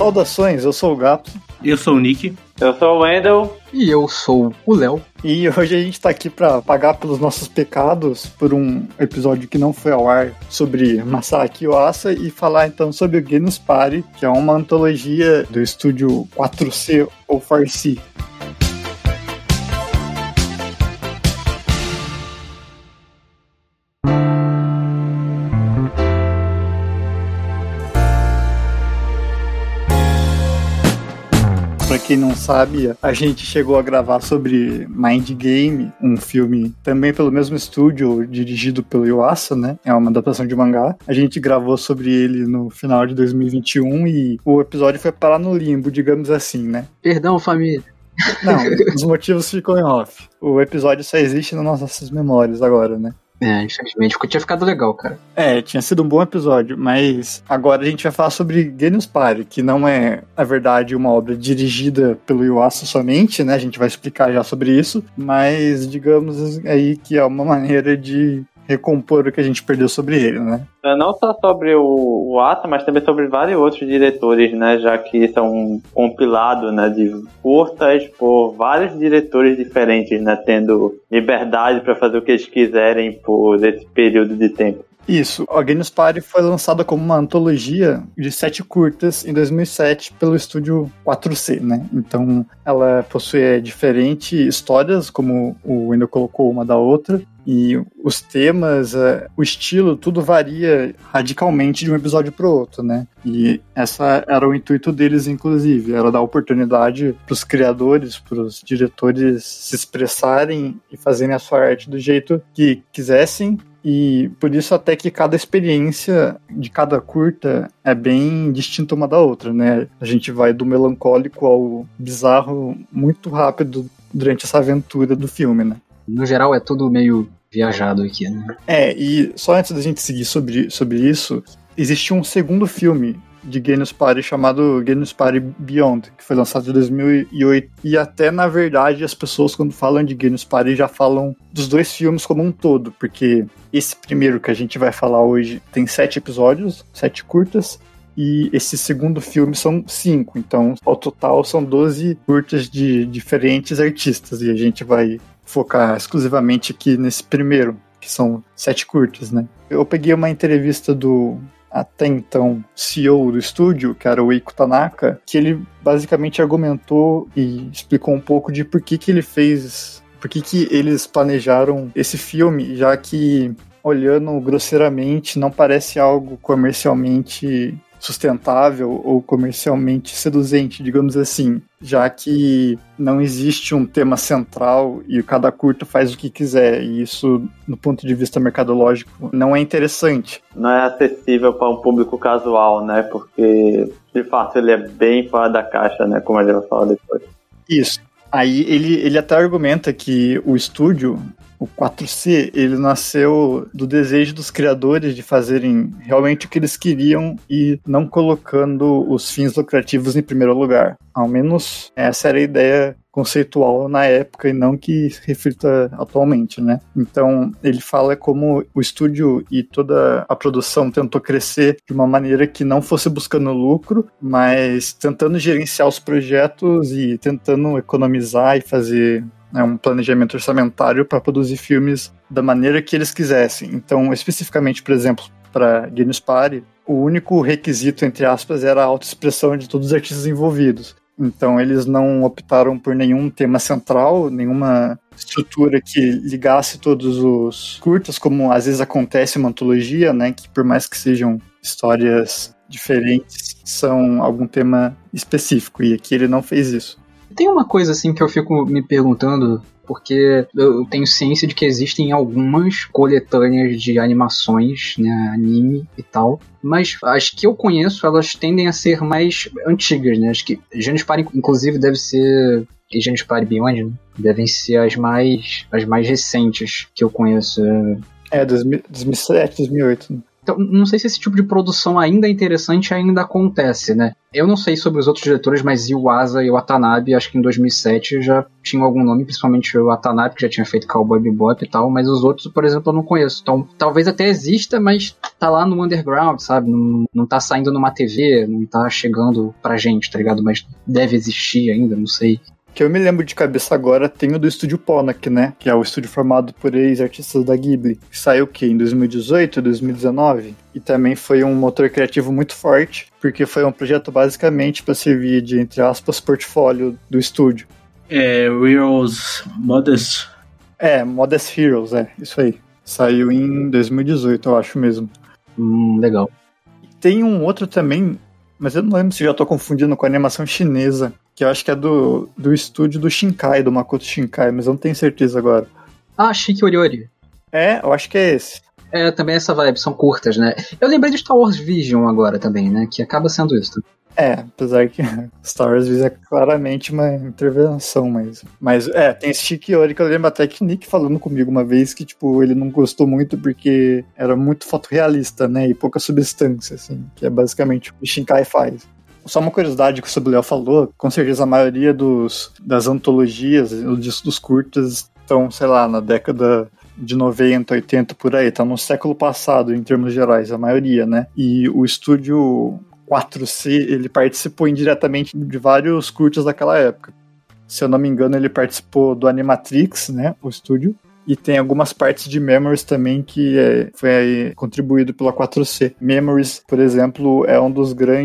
Saudações, eu sou o Gato. Eu sou o Nick. Eu sou o Wendel. E eu sou o Léo. E hoje a gente tá aqui pra pagar pelos nossos pecados por um episódio que não foi ao ar sobre Masaaki Yuasa e falar então sobre o Genus Party, que é uma antologia do estúdio 4C ou 4C. Pra quem não sabe, a gente chegou a gravar sobre Mind Game, um filme também pelo mesmo estúdio, dirigido pelo Yuasa, né? É uma adaptação de mangá. A gente gravou sobre ele no final de 2021 e o episódio foi parar no limbo, digamos assim, né? Perdão, família. Não, os motivos ficam em off. O episódio só existe nas nossas memórias agora, né? Infelizmente, tinha ficado legal, cara. Tinha sido um bom episódio, mas agora a gente vai falar sobre Genus Party, que não é, na verdade, uma obra dirigida pelo Yuasa somente, né? A gente vai explicar já sobre isso, mas digamos aí que é uma maneira de recompor o que a gente perdeu sobre ele, né? Não só sobre o Asa, mas também sobre vários outros diretores, né? Já que são um compilado, né, de curtas por vários diretores diferentes, né? Tendo liberdade para fazer o que eles quiserem por esse período de tempo. Isso, a Genus Party foi lançada como uma antologia de 7 curtas em 2007 pelo estúdio 4C, né? Então ela possui diferentes histórias, como o Wendel colocou uma da outra, e os temas, o estilo, tudo varia radicalmente de um episódio para o outro, né? E essa era o intuito deles, inclusive, era dar oportunidade para os criadores, para os diretores se expressarem e fazerem a sua arte do jeito que quisessem. E por isso até que cada experiência de cada curta é bem distinta uma da outra, né? A gente vai do melancólico ao bizarro muito rápido durante essa aventura do filme, né? No geral é tudo meio viajado aqui, né? E só antes da gente seguir sobre isso, existe um segundo filme de Genus Party chamado Genus Party Beyond, que foi lançado em 2008, e até, na verdade, as pessoas quando falam de Genus Party já falam dos dois filmes como um todo, porque esse primeiro que a gente vai falar hoje tem 7 episódios, 7 curtas, e esse segundo filme são 5, então ao total são 12 curtas de diferentes artistas, e a gente vai focar exclusivamente aqui nesse primeiro, que são 7 curtas, né? Eu peguei uma entrevista do até então CEO do estúdio, que era o Eiko Tanaka, que ele basicamente argumentou e explicou um pouco de por que ele fez, por que eles planejaram esse filme, já que, olhando grosseiramente, não parece algo comercialmente sustentável ou comercialmente seduzente, digamos assim, já que não existe um tema central e cada curta faz o que quiser, e isso, no ponto de vista mercadológico, não é interessante. Não é acessível para um público casual, né? Porque, de fato, ele é bem fora da caixa, né? Como a gente vai falar depois. Isso. Aí ele até argumenta que o estúdio, o 4C, ele nasceu do desejo dos criadores de fazerem realmente o que eles queriam e não colocando os fins lucrativos em primeiro lugar. Ao menos essa era a ideia conceitual na época e não que se reflita atualmente, né? Então, ele fala como o estúdio e toda a produção tentou crescer de uma maneira que não fosse buscando lucro, mas tentando gerenciar os projetos e tentando economizar e fazer um planejamento orçamentário para produzir filmes da maneira que eles quisessem. Então, especificamente, por exemplo, para Genus Party, o único requisito, entre aspas, era a autoexpressão de todos os artistas envolvidos. Então, eles não optaram por nenhum tema central, nenhuma estrutura que ligasse todos os curtas, como às vezes acontece em uma antologia, né, que por mais que sejam histórias diferentes, são algum tema específico, e aqui ele não fez isso. Tem uma coisa assim que eu fico me perguntando, porque eu tenho ciência de que existem algumas coletâneas de animações, né, anime e tal, mas as que eu conheço, elas tendem a ser mais antigas, né? Acho que Genus Party, inclusive, deve ser, e Genus Party Beyond, né? Devem ser as mais recentes que eu conheço. 2007, 2008. Então, não sei se esse tipo de produção ainda é interessante e ainda acontece, né? Eu não sei sobre os outros diretores, mas Yuasa e Watanabe, acho que em 2007 já tinham algum nome, principalmente o Watanabe, que já tinha feito Cowboy Bebop e tal, mas os outros, por exemplo, eu não conheço. Então, talvez até exista, mas tá lá no underground, sabe? Não tá saindo numa TV, não tá chegando pra gente, tá ligado? Mas deve existir ainda, não sei. Que eu me lembro de cabeça agora, tem o do estúdio Ponoc, né? Que é o estúdio formado por ex-artistas da Ghibli. Que saiu o quê? Em 2018, 2019? E também foi um motor criativo muito forte, porque foi um projeto basicamente para servir de, entre aspas, portfólio do estúdio. Heroes Modest. Modest Heroes, isso aí. Saiu em 2018, eu acho mesmo. Legal. Tem um outro também, mas eu não lembro se já tô confundindo com a animação chinesa, que eu acho que é do estúdio do Shinkai, do Makoto Shinkai, mas eu não tenho certeza agora. Shiki Oriori. Eu acho que é esse. Também essa vibe, são curtas, né? Eu lembrei de Star Wars Vision agora também, né? Que acaba sendo isso. Apesar que Star Wars Vision é claramente uma intervenção, mas tem esse Shikiori que eu lembro até que Nick falando comigo uma vez que, tipo, ele não gostou muito porque era muito fotorrealista, né, e pouca substância, assim, que é basicamente o que o Shinkai faz. Só uma curiosidade que o Sabuléu falou, com certeza a maioria das antologias, dos curtas, estão, sei lá, na década de 90, 80, por aí, tá no século passado, em termos gerais, a maioria, né, e o estúdio 4C, ele participou indiretamente de vários curtas daquela época. Se eu não me engano, ele participou do Animatrix, né, o estúdio, e tem algumas partes de Memories também que foi contribuído pela 4C. Memories, por exemplo, é uma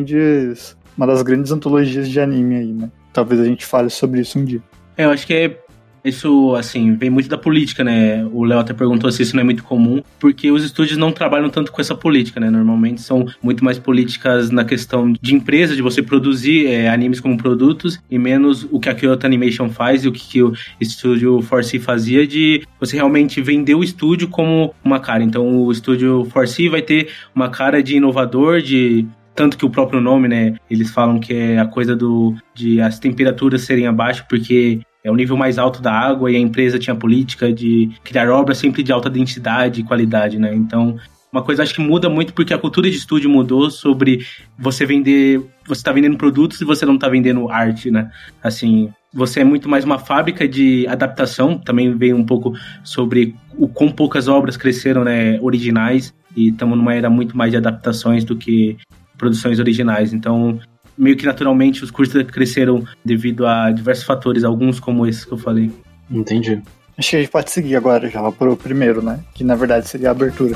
das grandes antologias de anime aí, né. Talvez a gente fale sobre isso um dia. Eu acho que isso, assim, vem muito da política, né? O Léo até perguntou se isso não é muito comum, porque os estúdios não trabalham tanto com essa política, né? Normalmente são muito mais políticas na questão de empresa, de você produzir animes como produtos, e menos o que a Kyoto Animation faz e o que o estúdio 4C fazia, de você realmente vender o estúdio como uma cara. Então o estúdio 4C vai ter uma cara de inovador, tanto que o próprio nome, né? Eles falam que é a coisa de as temperaturas serem abaixo, porque é o nível mais alto da água e a empresa tinha a política de criar obras sempre de alta densidade e qualidade, né? Então, uma coisa acho que muda muito porque a cultura de estúdio mudou sobre você tá vendendo produtos e você não tá vendendo arte, né? Assim, você é muito mais uma fábrica de adaptação, também veio um pouco sobre o quão poucas obras cresceram, né, originais, e estamos numa era muito mais de adaptações do que produções originais, então meio que naturalmente os curtas cresceram devido a diversos fatores, alguns como esses que eu falei. Entendi. Acho que a gente pode seguir agora já pro primeiro, né? Que na verdade seria a abertura.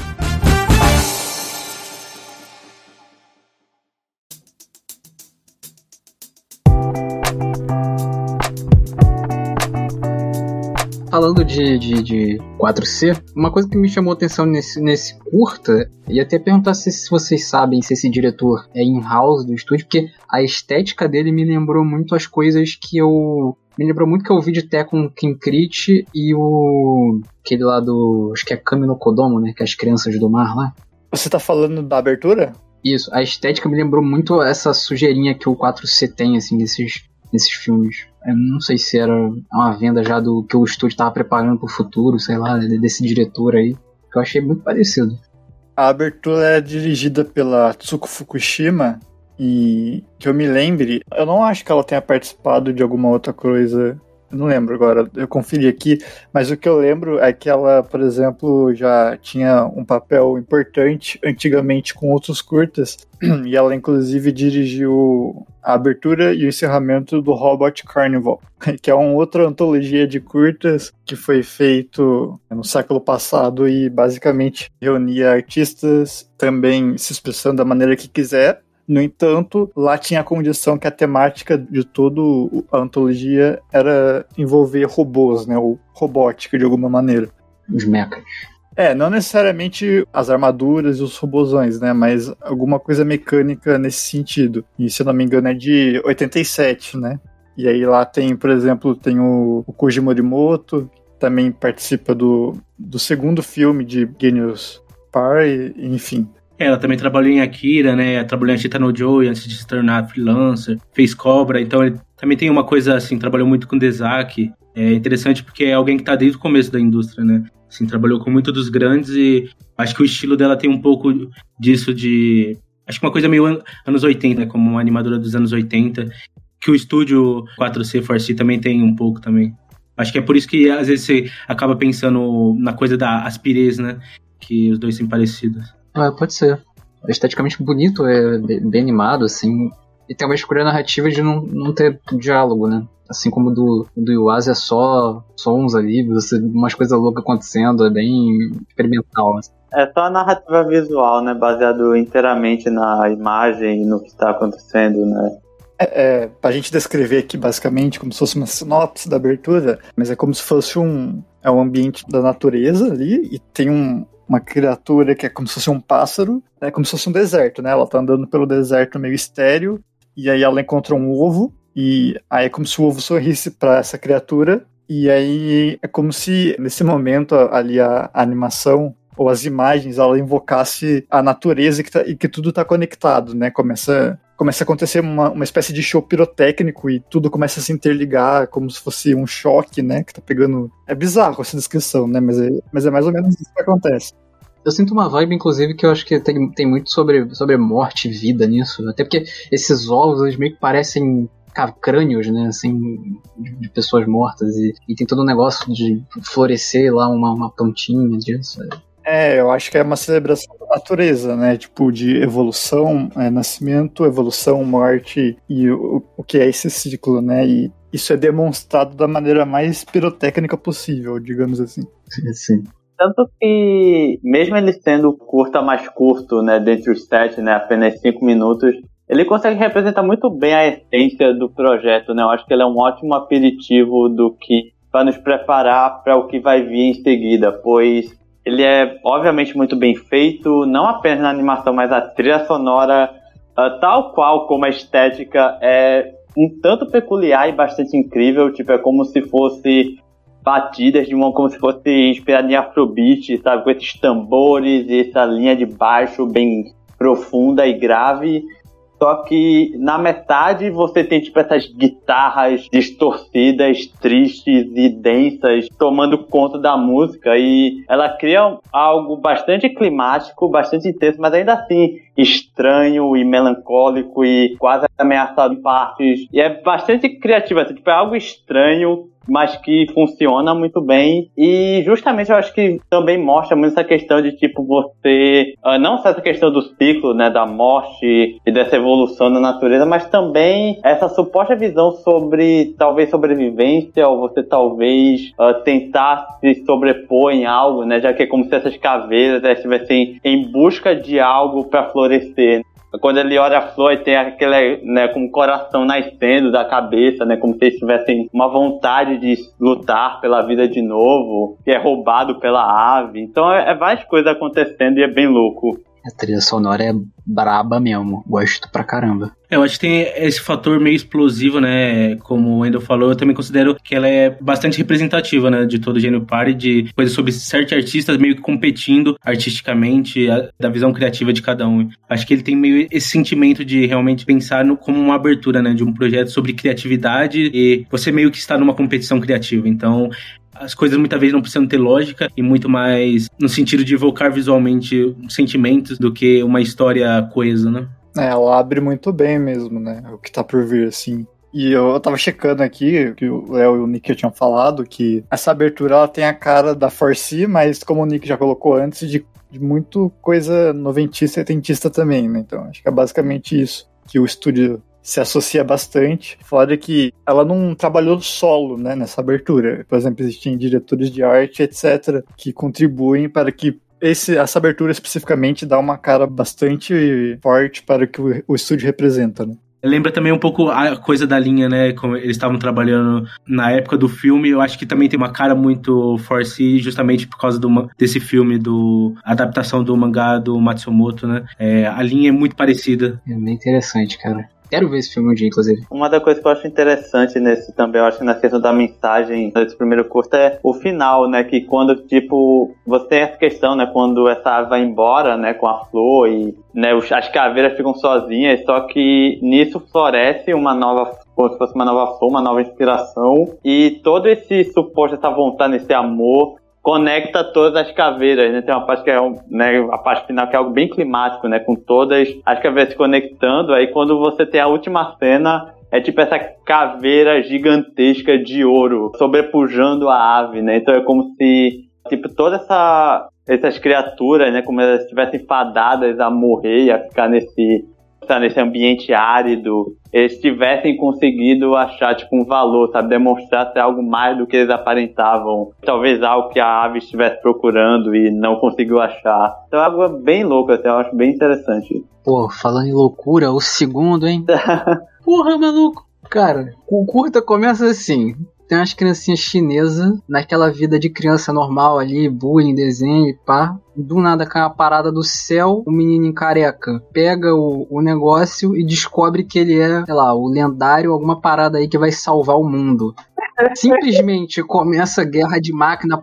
Falando de 4C, uma coisa que me chamou a atenção nesse curta, e até perguntar se vocês sabem se esse diretor é in-house do estúdio, porque a estética dele me lembrou muito as coisas que eu... Me lembrou muito que eu vi de Tekken Kinkrit e aquele lá do... Acho que é Kami no Kodomo, né? Que é as crianças do mar lá. Você tá falando da abertura? Isso, a estética me lembrou muito essa sujeirinha que o 4C tem, assim, nesses filmes. Eu não sei se era uma venda já do que o estúdio estava preparando pro futuro, sei lá, desse diretor aí, que eu achei muito parecido. A abertura é dirigida pela Tsuko Fukushima, e que eu me lembre, eu não acho que ela tenha participado de alguma outra coisa, eu não lembro agora, eu conferi aqui, mas o que eu lembro é que ela, por exemplo, já tinha um papel importante antigamente com outros curtas, e ela inclusive dirigiu a abertura e o encerramento do Robot Carnival, que é uma outra antologia de curtas que foi feito no século passado e basicamente reunia artistas também se expressando da maneira que quiser. No entanto, lá tinha a condição que a temática de toda a antologia era envolver robôs, né, ou robótica de alguma maneira. Os mechas. Não necessariamente as armaduras e os robôzões, né, mas alguma coisa mecânica nesse sentido. E, se eu não me engano, é de 87, né? E aí lá tem, por exemplo, tem o Koji Morimoto, que também participa do segundo filme de Genius Party, enfim. Ela também trabalhou em Akira, né? Trabalhou em Chita no Joy antes de se tornar freelancer. Fez Cobra, então ele também tem uma coisa assim, trabalhou muito com Dezaki. É interessante porque é alguém que tá desde o começo da indústria, né? Assim, trabalhou com muitos dos grandes e acho que o estilo dela tem um pouco disso de... Acho que uma coisa meio anos 80, né? Como uma animadora dos anos 80, que o estúdio 4C, 4C também tem um pouco também. Acho que é por isso que às vezes você acaba pensando na coisa da aspirez, né? Que os dois são parecidos. Pode ser. É esteticamente bonito, é bem animado, assim. E tem uma escolha narrativa de não ter diálogo, né? Assim como do Yuasa é só sons ali, umas coisas loucas acontecendo, é bem experimental. Assim. É só a narrativa visual, né? Baseado inteiramente na imagem e no que está acontecendo, né? Pra gente descrever aqui basicamente como se fosse uma sinopse da abertura, mas é como se fosse um ambiente da natureza ali, e tem uma criatura que é como se fosse um pássaro, é como se fosse um deserto, né? Ela tá andando pelo deserto meio estéril, e aí ela encontra um ovo, e aí é como se o ovo sorrisse pra essa criatura, e aí é como se nesse momento ali a animação ou as imagens, ela invocasse a natureza e que tudo tá conectado, né? Começa a acontecer uma espécie de show pirotécnico e tudo começa a se interligar como se fosse um choque, né? Que tá pegando... É bizarro essa descrição, né? Mas é mais ou menos isso que acontece. Eu sinto uma vibe, inclusive, que eu acho que tem muito sobre morte e vida nisso. Até porque esses ovos, eles meio que parecem crânios, né? Assim, de pessoas mortas. E tem todo um negócio de florescer lá uma plantinha disso. Eu acho que é uma celebração da natureza, né? Tipo, de evolução, nascimento, evolução, morte e o que é esse ciclo, né? E isso é demonstrado da maneira mais pirotécnica possível, digamos assim. Sim. Tanto que, mesmo ele sendo o curta mais curto, né? Dentre os 7, né? Apenas 5 minutos, ele consegue representar muito bem a essência do projeto, né? Eu acho que ele é um ótimo aperitivo do que para nos preparar para o que vai vir em seguida, pois ele é, obviamente, muito bem feito, não apenas na animação, mas a trilha sonora, tal qual como a estética, é um tanto peculiar e bastante incrível. Tipo, é como se fosse batidas como se fosse inspirado em Afrobeat, sabe? Com esses tambores e essa linha de baixo bem profunda e grave. Só que na metade você tem tipo essas guitarras distorcidas, tristes e densas tomando conta da música, e ela cria algo bastante climático, bastante intenso, mas ainda assim estranho e melancólico e quase ameaçado em partes. E é bastante criativo, assim, tipo, é algo estranho, mas que funciona muito bem. E justamente eu acho que também mostra muito essa questão de tipo você, não só essa questão do ciclo, né, da morte e dessa evolução da natureza, mas também essa suposta visão sobre talvez sobrevivência, ou você talvez tentar se sobrepor em algo, né, já que é como se essas caveiras estivessem em busca de algo para florescer. Quando ele olha a flor e tem aquele, né, com o coração nascendo da cabeça, né, como se eles tivessem uma vontade de lutar pela vida de novo, que é roubado pela ave. Então é várias coisas acontecendo e é bem louco. A trilha sonora é braba mesmo, gosto pra caramba. Eu acho que tem esse fator meio explosivo, né? Como o Wendel falou, eu também considero que ela é bastante representativa, né? De todo o Gênio Party, de coisas sobre certos artistas meio que competindo artisticamente, da visão criativa de cada um. Acho que ele tem meio esse sentimento de realmente pensar como uma abertura, né? De um projeto sobre criatividade, e você meio que está numa competição criativa. Então, as coisas muitas vezes não precisam ter lógica e muito mais no sentido de evocar visualmente sentimentos do que uma história coesa, né? Ela abre muito bem mesmo, né? O que tá por vir, assim. E eu tava checando aqui, que o Léo e o Nick já tinham falado, que essa abertura ela tem a cara da 4C, mas como o Nick já colocou antes, de muito coisa noventista e setentista também, né? Então acho que é basicamente isso que o estúdio se associa bastante, fora que ela não trabalhou solo, né, nessa abertura. Por exemplo, existem diretores de arte, etc., que contribuem para que essa abertura especificamente dá uma cara bastante forte para o que o estúdio representa, né? Lembra também um pouco a coisa da linha, né? Como eles estavam trabalhando na época do filme. Eu acho que também tem uma cara muito force, justamente por causa desse filme, a adaptação do mangá do Matsumoto, né? A linha é muito parecida. É bem interessante, cara. Quero ver esse filme um dia, inclusive. Uma das coisas que eu acho interessante nesse também, eu acho que na questão da mensagem desse primeiro curso é o final, né? Que quando, tipo, você tem essa questão, né? Quando essa ave vai embora, né? Com a flor e, né? As caveiras ficam sozinhas, só que nisso floresce uma nova como se fosse uma nova forma, uma nova inspiração. E todo esse suposto, essa vontade, esse amor, conecta todas as caveiras, né? Tem uma parte que é a parte final que é algo bem climático, né? Com todas as caveiras se conectando. Aí quando você tem a última cena, é tipo essa caveira gigantesca de ouro sobrepujando a ave, né? Então é como se tipo todas essas criaturas, né? Como elas estivessem fadadas a morrer e a ficar nesse ambiente árido, eles tivessem conseguido achar tipo um valor, sabe, demonstrar ser algo mais do que eles aparentavam, talvez algo que a ave estivesse procurando e não conseguiu achar. Então é algo bem louco, até eu acho bem interessante. Pô, falando em loucura, o segundo, hein? Porra, maluco! Cara, o curta começa assim. Tem umas criancinhas chinesas, naquela vida de criança normal ali, bullying, desenho e pá. Do nada cai uma parada do céu, o menininho careca pega o negócio e descobre que ele é, sei lá, o lendário, alguma parada aí que vai salvar o mundo. Simplesmente começa a guerra de máquina,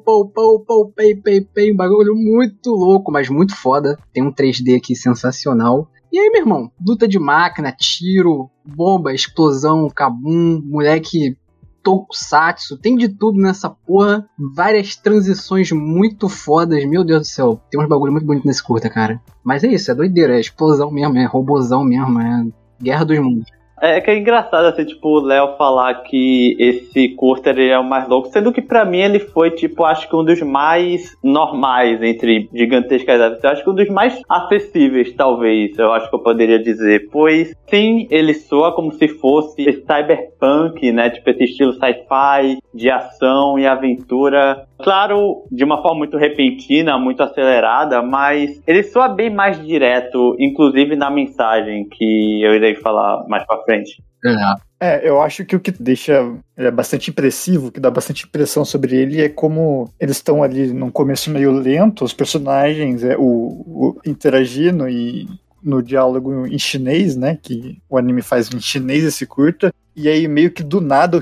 pei, um bagulho muito louco, mas muito foda. Tem um 3D aqui sensacional. E aí, meu irmão, luta de máquina, tiro, bomba, explosão, kabum, moleque tokusatsu, tem de tudo nessa porra, várias transições muito fodas, meu Deus do céu, tem uns bagulho muito bonito nesse curta, cara. Mas é isso, é doideira, é explosão mesmo, é robozão mesmo, é guerra dos mundos. É que é engraçado, assim, tipo, o Léo falar que esse curta ele é o mais louco, sendo que pra mim ele foi, tipo, acho que um dos mais normais entre gigantescas aves. Eu acho que um dos mais acessíveis, talvez, eu acho que eu poderia dizer. Pois, sim, ele soa como se fosse cyberpunk, né, tipo, esse estilo sci-fi, de ação e aventura. Claro, de uma forma muito repentina, muito acelerada, mas ele soa bem mais direto, inclusive na mensagem que eu irei falar mais pra frente. Eu acho que o que deixa ele bastante impressivo, que dá bastante impressão sobre ele, é como eles estão ali num começo meio lento, os personagens, o interagindo e no diálogo em chinês, né, que o anime faz em chinês esse curta, e aí meio que do nada o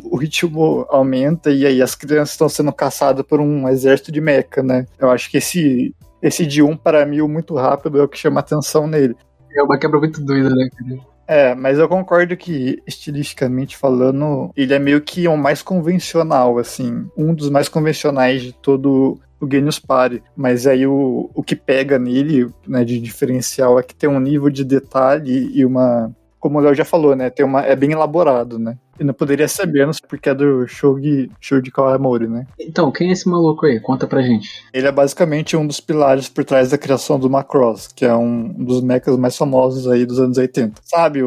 ritmo aumenta e aí as crianças estão sendo caçadas por um exército de mecha, né. Eu acho que esse de 1 para 1000 muito rápido é o que chama atenção nele. É uma quebra muito doida, né, cara? Mas eu concordo que, estilisticamente falando, ele é meio que o mais convencional, assim, um dos mais convencionais de todo o Genius Party, mas aí o que pega nele, né, de diferencial é que tem um nível de detalhe e uma, como o Léo já falou, né, é bem elaborado, né, e não poderia ser menos porque é do Shoji Kawamori, né. Então, quem é esse maluco aí? Conta pra gente. Ele é basicamente um dos pilares por trás da criação do Macross, que é um dos mechas mais famosos aí dos anos 80. Sabe,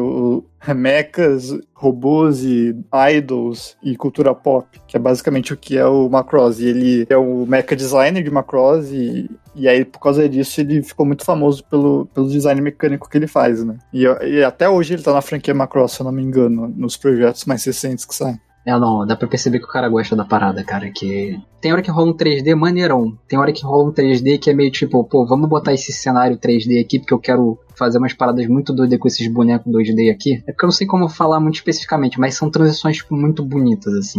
mechas, robôs e idols e cultura pop, que é basicamente o que é o Macross. E ele é o mecha designer de Macross e aí, por causa disso, ele ficou muito famoso pelo design mecânico que ele faz, né? E até hoje ele tá na franquia Macross, se eu não me engano, nos projetos mais recentes que saem. Não, dá pra perceber que o cara gosta da parada, cara, que... Tem hora que rola um 3D maneirão, tem hora que rola um 3D que é meio tipo, pô, vamos botar esse cenário 3D aqui, porque eu quero fazer umas paradas muito doidas com esses bonecos 2D aqui. É porque eu não sei como falar muito especificamente, mas são transições, tipo, muito bonitas, assim,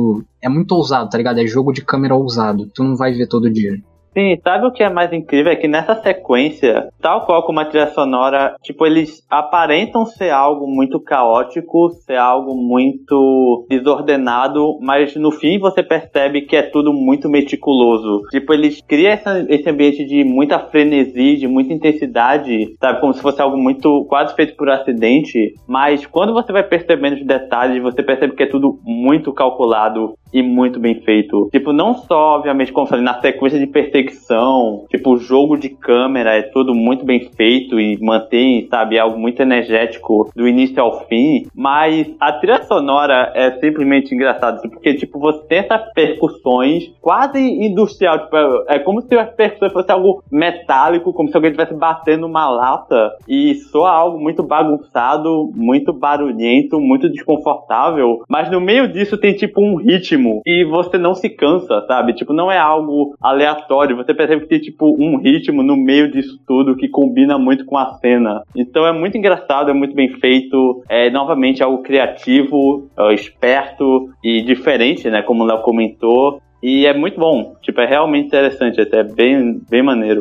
é muito ousado, tá ligado? É jogo de câmera ousado, tu não vai ver todo dia. Sim, sabe o que é mais incrível? É que nessa sequência, tal qual como a trilha sonora, tipo, eles aparentam ser algo muito caótico, ser algo muito desordenado, mas no fim você percebe que é tudo muito meticuloso. Tipo, eles criam esse ambiente de muita frenesi, de muita intensidade, sabe? Como se fosse algo muito, quase feito por acidente, mas quando você vai percebendo os detalhes, você percebe que é tudo muito calculado e muito bem feito. Tipo, não só, obviamente, como eu falei, na sequência de perseguição, tipo, o jogo de câmera é tudo muito bem feito e mantém, sabe, algo muito energético do início ao fim, mas a trilha sonora é simplesmente engraçada, porque, tipo, você tem essas percussões quase industrial, tipo, é como se as percussões fossem algo metálico, como se alguém estivesse batendo uma lata, e soa algo muito bagunçado, muito barulhento, muito desconfortável, mas no meio disso tem, tipo, um ritmo e você não se cansa, sabe? Tipo, não é algo aleatório. Você percebe que tem, tipo, um ritmo no meio disso tudo que combina muito com a cena. Então é muito engraçado, é muito bem feito. É, novamente, algo criativo, esperto e diferente, né? Como o Léo comentou. E é muito bom. Tipo, é realmente interessante, até bem, bem maneiro.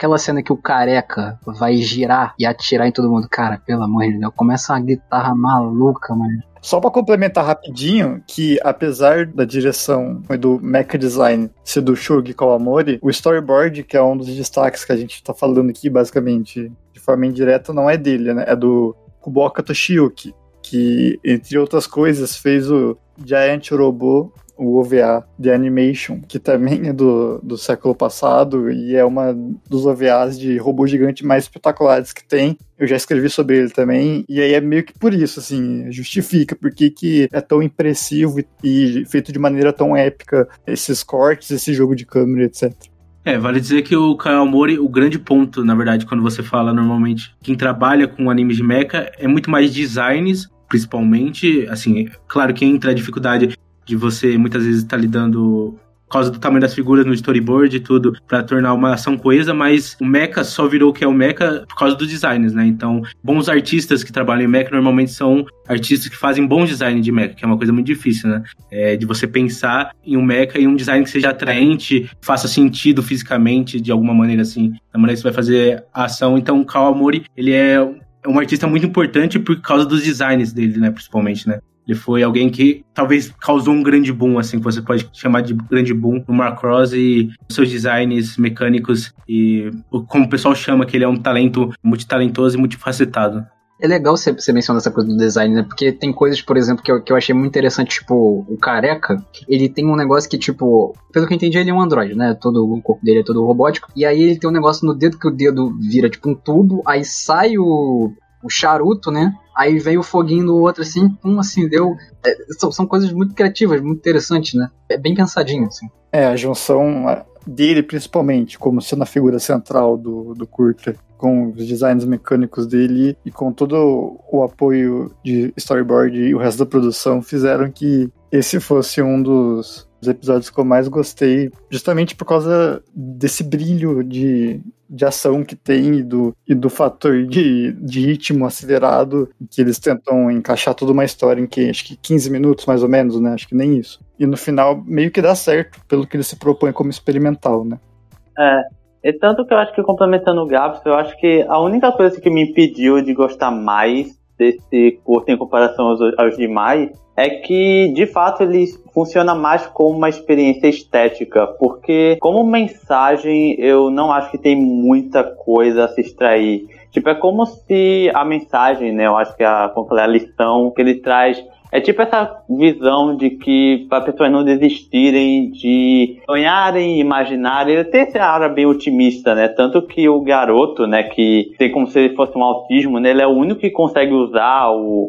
aquela cena que o careca vai girar e atirar em todo mundo. Cara, pelo amor de Deus, começa uma guitarra maluca, mano. Só pra complementar rapidinho, que apesar da direção e do mecha design ser do Shugi Kawamori, o storyboard, que é um dos destaques que a gente tá falando aqui, basicamente, de forma indireta, não é dele, né? É do Kuboka Toshiyuki, que, entre outras coisas, fez o Giant Robot, o OVA de Animation, que também é do século passado e é uma dos OVAs de robô gigante mais espetaculares que tem. Eu já escrevi sobre ele também, e aí é meio que por isso, assim, justifica porque que é tão impressivo e feito de maneira tão épica esses cortes, esse jogo de câmera, etc. Vale dizer que o Kawamori, o grande ponto, na verdade, quando você fala normalmente quem trabalha com animes de mecha, é muito mais designs, principalmente, assim, claro que entra a dificuldade de você muitas vezes estar lidando por causa do tamanho das figuras no storyboard e tudo, pra tornar uma ação coesa, mas o mecha só virou o que é o mecha por causa dos designs, né? Então, bons artistas que trabalham em mecha normalmente são artistas que fazem bons design de mecha, que é uma coisa muito difícil, né? De você pensar em um mecha e um design que seja atraente, faça sentido fisicamente, de alguma maneira, assim, da maneira que você vai fazer a ação. Então, o Kawamori, ele é um artista muito importante por causa dos designs dele, né? Principalmente, né? Ele foi alguém que talvez causou um grande boom, assim, que você pode chamar de grande boom no Macross e seus designs mecânicos e como o pessoal chama, que ele é um talento multitalentoso e multifacetado. É legal você mencionar essa coisa do design, né? Porque tem coisas, por exemplo, que eu achei muito interessante, tipo, o careca, ele tem um negócio que, tipo, pelo que eu entendi, ele é um androide, né? O corpo dele é todo robótico, e aí ele tem um negócio no dedo que o dedo vira, tipo, um tubo, aí sai o charuto, né? Aí veio o foguinho do outro, assim, acendeu. São coisas muito criativas, muito interessantes, né? É bem pensadinho, assim. A junção dele, principalmente, como sendo a figura central do curta, com os designs mecânicos dele e com todo o apoio de storyboard e o resto da produção, fizeram que esse fosse um dos episódios que eu mais gostei, justamente por causa desse brilho de ação que tem e do fator de ritmo acelerado, que eles tentam encaixar toda uma história em que acho que 15 minutos mais ou menos, né? Acho que nem isso. E no final meio que dá certo, pelo que ele se propõe como experimental, né? E tanto que eu acho que, complementando o Gabs, eu acho que a única coisa que me impediu de gostar mais desse curto em comparação aos demais é que, de fato, ele funciona mais como uma experiência estética, porque como mensagem eu não acho que tem muita coisa a se extrair. Tipo, é como se a mensagem, né, eu acho que a lição que ele traz é tipo essa visão de que para pessoas não desistirem de sonharem, imaginarem. Ele tem esse ar bem otimista, né? Tanto que o garoto, né, que tem como se ele fosse um autismo, né, ele é o único que consegue usar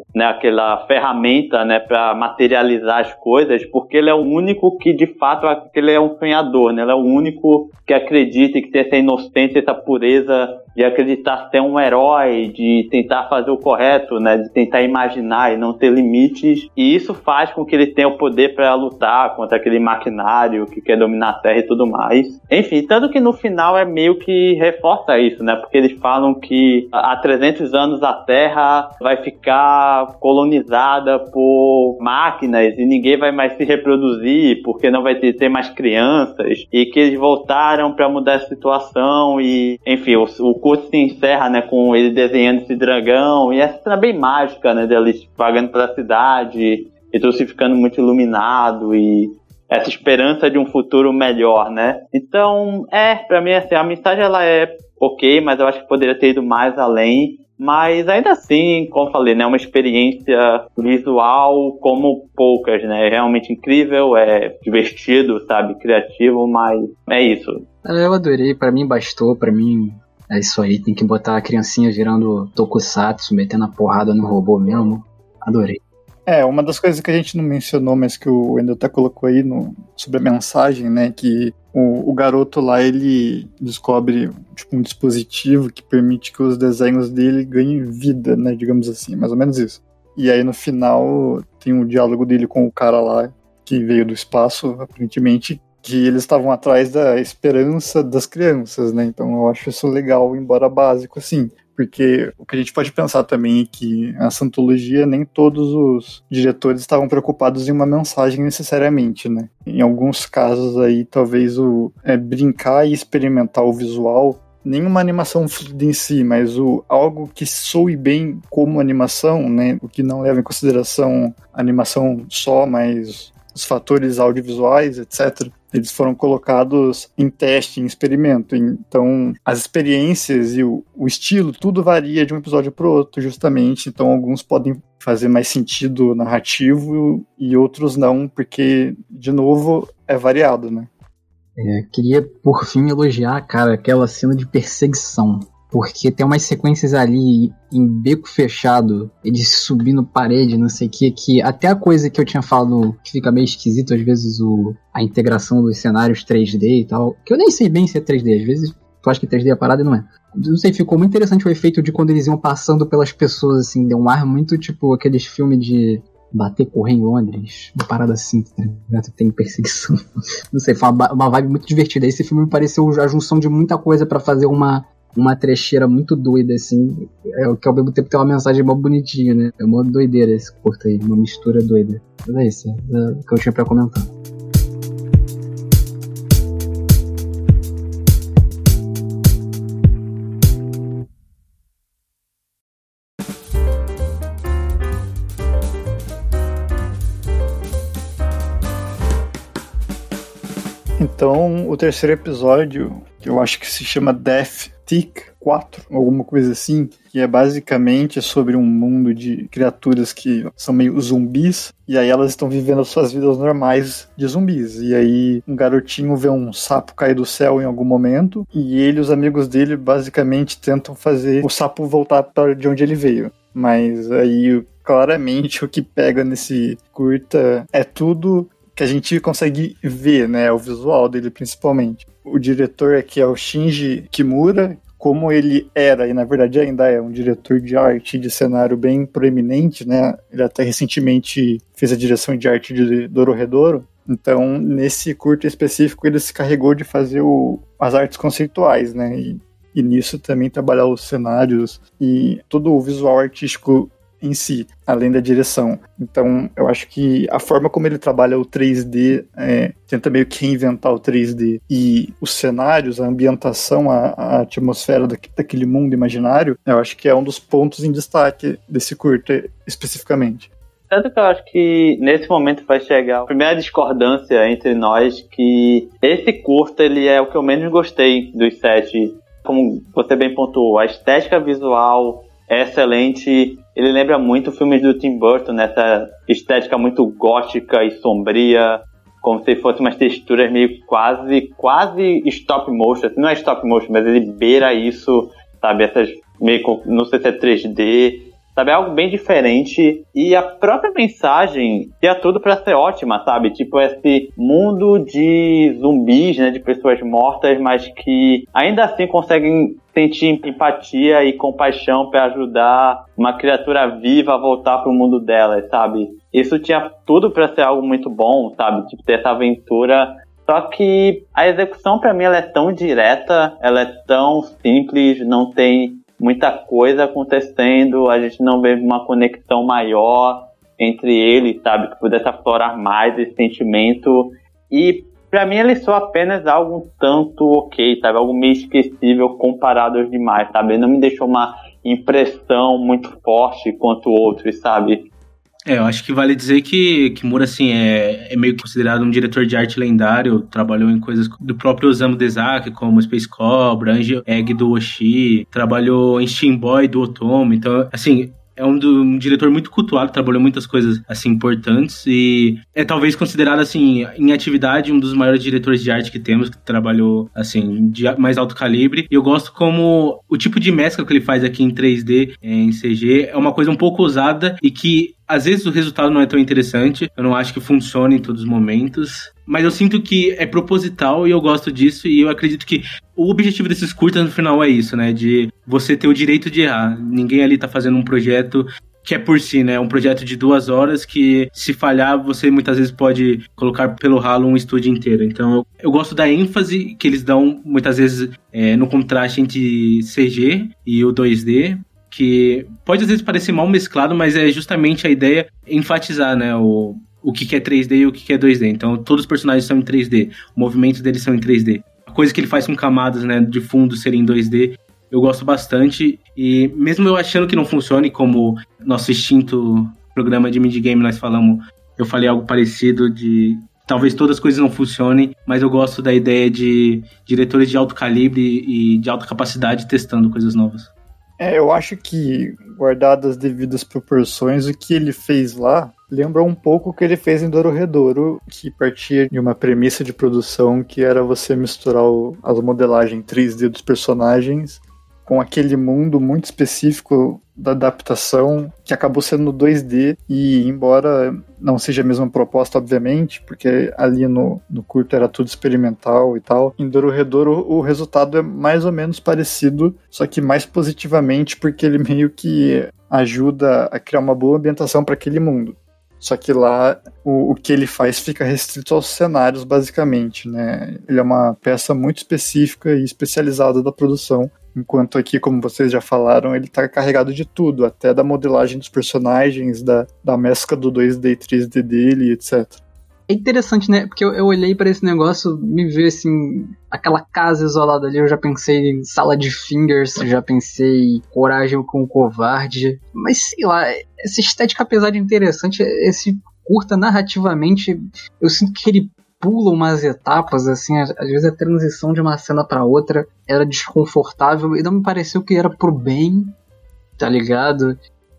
aquela ferramenta, né, para materializar as coisas, porque ele é o único que, de fato, ele é um sonhador, né? Ele é o único que acredita e que tem essa inocência, essa pureza de acreditar ser um herói, de tentar fazer o correto, né, de tentar imaginar e não ter limites, e isso faz com que ele tenha o poder para lutar contra aquele maquinário que quer dominar a Terra e tudo mais. Enfim, tanto que no final é meio que reforça isso, né, porque eles falam que há 300 anos a Terra vai ficar colonizada por máquinas e ninguém vai mais se reproduzir porque não vai ter mais crianças, e que eles voltaram para mudar a situação e, enfim, o curso se encerra, né, com ele desenhando esse dragão, e essa cena bem mágica, né, deles vagando pela cidade, e tudo se ficando muito iluminado, e essa esperança de um futuro melhor, né. Então, pra mim, assim, a mensagem, ela é ok, mas eu acho que poderia ter ido mais além, mas ainda assim, como eu falei, né, uma experiência visual como poucas, né, é realmente incrível, é divertido, sabe, criativo, mas é isso. Eu adorei, pra mim bastou, pra mim é isso aí, tem que botar a criancinha virando tokusatsu, metendo a porrada no robô mesmo. Adorei. Uma das coisas que a gente não mencionou, mas que o Wendel até colocou aí sobre a mensagem, né, que o garoto lá, ele descobre tipo, um dispositivo que permite que os desenhos dele ganhem vida, né, digamos assim, mais ou menos isso. E aí no final tem um diálogo dele com o cara lá, que veio do espaço, aparentemente, que eles estavam atrás da esperança das crianças, né? Então eu acho isso legal, embora básico, assim. Porque o que a gente pode pensar também é que nessa antologia nem todos os diretores estavam preocupados em uma mensagem necessariamente, né? Em alguns casos aí, talvez brincar e experimentar o visual nenhuma animação fluida em si, mas algo que soe bem como animação, né? O que não leva em consideração a animação só, mas os fatores audiovisuais, etc., eles foram colocados em teste, em experimento. Então, as experiências e o estilo, tudo varia de um episódio para o outro, justamente. Então, alguns podem fazer mais sentido narrativo e outros não, porque, de novo, é variado, né? Queria, por fim, elogiar, cara, aquela cena de perseguição. Porque tem umas sequências ali em beco fechado, eles subindo parede, não sei o que até a coisa que eu tinha falado que fica meio esquisito, às vezes a integração dos cenários 3D e tal, que eu nem sei bem se é 3D, às vezes tu acha que 3D é a parada e não é. Não sei, ficou muito interessante o efeito de quando eles iam passando pelas pessoas, assim, deu um ar muito tipo aqueles filmes de bater, correr em Londres, uma parada assim, tem perseguição. Não sei, foi uma vibe muito divertida. Esse filme me pareceu a junção de muita coisa pra fazer uma trecheira muito doida, assim, que ao mesmo tempo tem uma mensagem mó bonitinha, né? É uma doideira esse curto aí, uma mistura doida. Mas é isso, é o que eu tinha pra comentar. Então, o terceiro episódio, que eu acho que se chama Death Tick 4, alguma coisa assim, que é basicamente sobre um mundo de criaturas que são meio zumbis, e aí elas estão vivendo as suas vidas normais de zumbis. E aí um garotinho vê um sapo cair do céu em algum momento, e ele e os amigos dele basicamente tentam fazer o sapo voltar para de onde ele veio. Mas aí, claramente, o que pega nesse curta é tudo que a gente consegue ver, né, o visual dele principalmente. O diretor aqui é o Shinji Kimura, como ele era, e na verdade ainda é, um diretor de arte e de cenário bem proeminente, né, ele até recentemente fez a direção de arte de Dorohedoro. Então, nesse curto específico, ele se carregou de fazer as artes conceituais, né, e nisso também trabalhar os cenários e todo o visual artístico em si, além da direção. Então, eu acho que a forma como ele trabalha o 3D, tenta meio que reinventar o 3D, e os cenários, a ambientação, a atmosfera daquele mundo imaginário, eu acho que é um dos pontos em destaque desse curta, especificamente. Tanto que eu acho que nesse momento vai chegar a primeira discordância entre nós, que esse curta, ele é o que eu menos gostei dos 7. Como você bem pontuou, a estética visual é excelente. Ele lembra muito filmes do Tim Burton, nessa estética muito gótica e sombria, como se fossem umas texturas meio quase stop motion. Não é stop motion, mas ele beira isso, sabe? Essas meio, não sei se é 3D, sabe? É algo bem diferente. E a própria mensagem tinha tudo pra ser ótima, sabe? Tipo, esse mundo de zumbis, né? De pessoas mortas, mas que ainda assim conseguem sentir empatia e compaixão para ajudar uma criatura viva a voltar pro mundo dela, sabe? Isso tinha tudo para ser algo muito bom, sabe? Tipo, ter essa aventura. Só que a execução, para mim, ela é tão direta, ela é tão simples, não tem muita coisa acontecendo, a gente não vê uma conexão maior entre eles, sabe? Que pudesse aflorar mais esse sentimento. E pra mim ele só apenas algo tanto ok, sabe? Algo meio esquecível comparado aos demais, sabe? Ele não me deixou uma impressão muito forte quanto outros, sabe? Eu acho que vale dizer que Kimura, assim, é meio que considerado um diretor de arte lendário, trabalhou em coisas do próprio Osamu Dezaki, como Space Cobra, Angel Egg do Oshii, trabalhou em Steam Boy do Otomo, então, assim, é um diretor muito cultuado, trabalhou muitas coisas, assim, importantes, e é talvez considerado, assim, em atividade, um dos maiores diretores de arte que temos, que trabalhou, assim, de mais alto calibre. E eu gosto como o tipo de mescla que ele faz aqui em 3D, em CG, é uma coisa um pouco ousada e que às vezes o resultado não é tão interessante, eu não acho que funcione em todos os momentos, mas eu sinto que é proposital e eu gosto disso, e eu acredito que o objetivo desses curtas no final é isso, né, de você ter o direito de errar. Ninguém ali tá fazendo um projeto que é por si, né, um projeto de 2 horas que, se falhar, você muitas vezes pode colocar pelo ralo um estúdio inteiro. Então eu gosto da ênfase que eles dão muitas vezes no contraste entre CG e o 2D, que pode às vezes parecer mal mesclado, mas é justamente a ideia enfatizar, né, o que é 3D e o que é 2D. Então, todos os personagens são em 3D, os movimentos deles são em 3D. A coisa que ele faz com camadas, né, de fundo serem em 2D, eu gosto bastante. E mesmo eu achando que não funcione, como nosso extinto programa de mid-game nós falamos, eu falei algo parecido de talvez todas as coisas não funcionem, mas eu gosto da ideia de diretores de alto calibre e de alta capacidade testando coisas novas. Eu acho que, guardadas as devidas proporções, o que ele fez lá lembra um pouco o que ele fez em Dorohedoro, que partia de uma premissa de produção que era você misturar as modelagens 3D dos personagens com aquele mundo muito específico da adaptação, que acabou sendo 2D, e embora não seja a mesma proposta, obviamente, porque ali no curto era tudo experimental e tal, em Dorohedoro o resultado é mais ou menos parecido, só que mais positivamente, porque ele meio que ajuda a criar uma boa ambientação para aquele mundo. Só que lá o que ele faz fica restrito aos cenários, basicamente, né? Ele é uma peça muito específica e especializada da produção, enquanto aqui, como vocês já falaram, ele tá carregado de tudo, até da modelagem dos personagens, da mescla do 2D e 3D dele, etc. É interessante, né? Porque eu olhei pra esse negócio, me veio assim, aquela casa isolada ali, eu já pensei em Sala de Fingers, já pensei em Coragem com o Covarde, mas sei lá, essa estética, apesar de interessante, esse curta narrativamente, eu sinto que ele pula umas etapas, assim, às vezes a transição de uma cena pra outra era desconfortável e não me pareceu que era pro bem, tá ligado?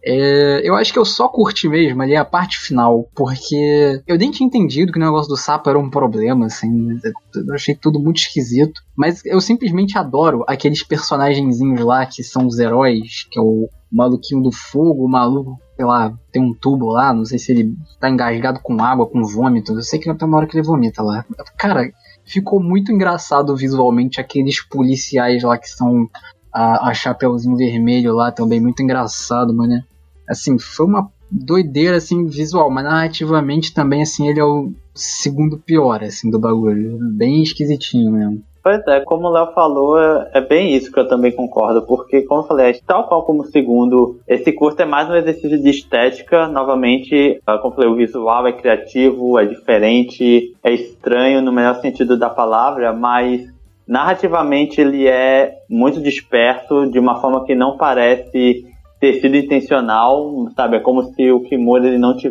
Eu acho que eu só curti mesmo ali a parte final, porque eu nem tinha entendido que o negócio do sapo era um problema, assim, eu achei tudo muito esquisito, mas eu simplesmente adoro aqueles personagenzinhos lá que são os heróis, que é o maluquinho do fogo, o maluco, sei lá, tem um tubo lá, não sei se ele tá engasgado com água, com vômito, eu sei que tem uma hora que ele vomita lá. Cara, ficou muito engraçado visualmente aqueles policiais lá que são a Chapeuzinho Vermelho lá também, muito engraçado, mano. Assim, foi uma doideira, assim, visual, mas narrativamente também, assim, ele é o segundo pior, assim, do bagulho. Bem esquisitinho mesmo. Pois é, como o Léo falou, é bem isso que eu também concordo, porque, como eu falei, tal qual como o segundo, esse curto é mais um exercício de estética, novamente, como eu falei, o visual é criativo, é diferente, é estranho no melhor sentido da palavra, mas narrativamente ele é muito disperso, de uma forma que não parece ter sido intencional, sabe? É como se o Kimura ele não